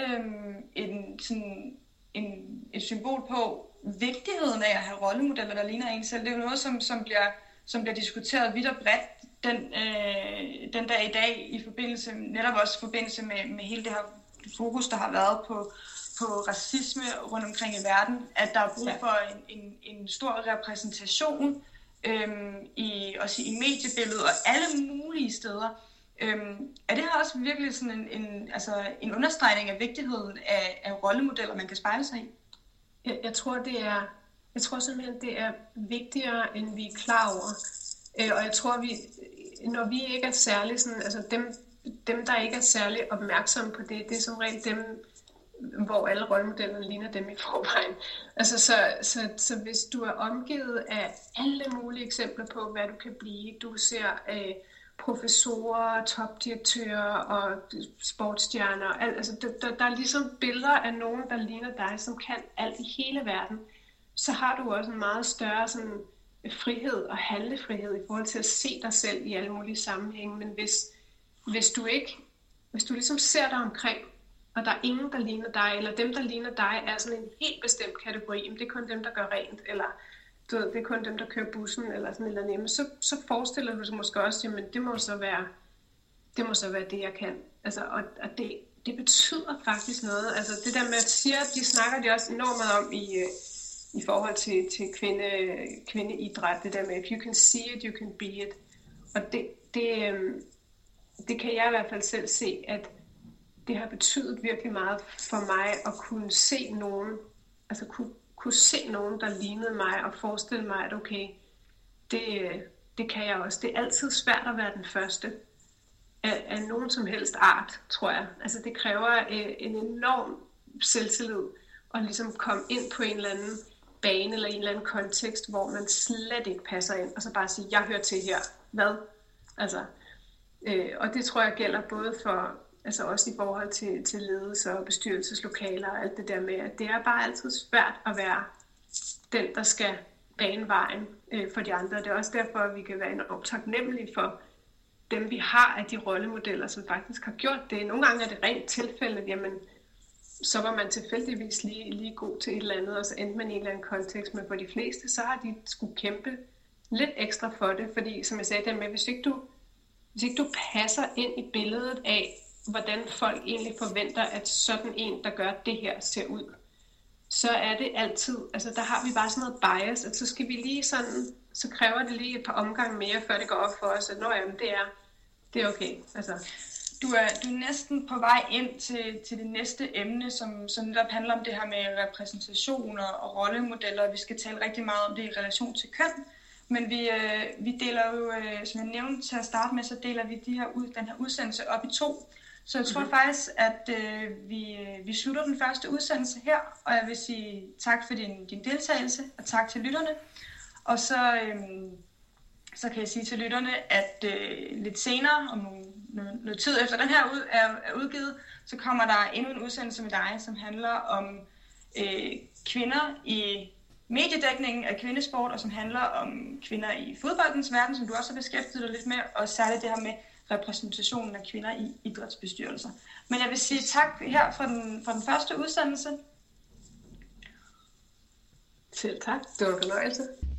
et symbol på vigtigheden af at have rollemodeller, der ligner en selv? Det er jo noget, som bliver diskuteret vidt og bredt den dag i dag, i forbindelse med hele det her fokus, der har været på racisme rundt omkring i verden, at der er brug for en stor repræsentation også i mediebilledet og alle mulige steder. Er det her også virkelig sådan en understregning af vigtigheden af rollemodeller, man kan spejle sig i? Jeg tror simpelthen, det er vigtigere, end vi er klar over. Og jeg tror, når vi ikke er særlig dem, der ikke er særlig opmærksomme på det er som regel dem, hvor alle rollemodellerne ligner dem i forvejen. Så hvis du er omgivet af alle mulige eksempler på, hvad du kan blive, du ser professorer, topdirektører og sportsstjerner, der er ligesom billeder af nogen, der ligner dig, som kan alt i hele verden, så har du også en meget større frihed og handlefrihed i forhold til at se dig selv i alle mulige sammenhænge. Men hvis du ligesom ser dig omkring, og der er ingen, der ligner dig, eller dem, der ligner dig, er sådan en helt bestemt kategori, men det er kun dem, der gør rent, eller det er kun dem, der kører bussen, eller sådan eller andet, så forestiller du sig måske også, jamen det må så være det, jeg kan. Og det betyder faktisk noget. Det der med at sige, de snakker de også enormt meget om i forhold til kvindeidræt, det der med, if you can see it, you can be it. Og det kan jeg i hvert fald selv se, at det har betydet virkelig meget for mig at kunne se nogen, kunne se nogen, der lignede mig, og forestille mig, at okay, det kan jeg også. Det er altid svært at være den første af nogen som helst art, tror jeg. Det kræver en enorm selvtillid at ligesom komme ind på en eller anden bane eller en eller anden kontekst, hvor man slet ikke passer ind, og så bare sige, jeg hører til her. Hvad? Altså, og det tror jeg gælder både for, altså også i forhold til ledelse og bestyrelseslokaler og alt det der med, at det er bare altid svært at være den, der skal bane vejen for de andre. Det er også derfor, at vi kan være enormt taknemmelige for dem, vi har af de rollemodeller, som faktisk har gjort det. Nogle gange er det rent tilfælde, jamen, så var man tilfældigvis lige god til et eller andet, og så endte man i en eller anden kontekst, men for de fleste, så har de skulle kæmpe lidt ekstra for det, fordi som jeg sagde der med, hvis ikke du passer ind i billedet af, hvordan folk egentlig forventer, at sådan en, der gør det her, ser ud, så er det altid, altså der har vi bare sådan noget bias, at så skal vi lige sådan, så kræver det lige et par omgange mere, før det går op for os, at jamen, det er okay. Altså. Du er næsten på vej ind til det næste emne, som netop handler om det her med repræsentationer og rollemodeller. Vi skal tale rigtig meget om det i relation til køn, men vi deler jo, som jeg nævnte til at starte med, så deler vi den her udsendelse op i 2. Så jeg tror faktisk, at vi slutter den første udsendelse her, og jeg vil sige tak for din deltagelse, og tak til lytterne. Og så kan jeg sige til lytterne, at lidt senere, om noget tid efter den her er udgivet, så kommer der endnu en udsendelse med dig, som handler om kvinder i mediedækningen af kvindesport, og som handler om kvinder i fodboldens verden, som du også har beskæftiget dig lidt med, og særligt det her med repræsentationen af kvinder i idrætsbestyrelser. Men jeg vil sige tak her for den første udsendelse. Selv tak. Det var en fornøjelse.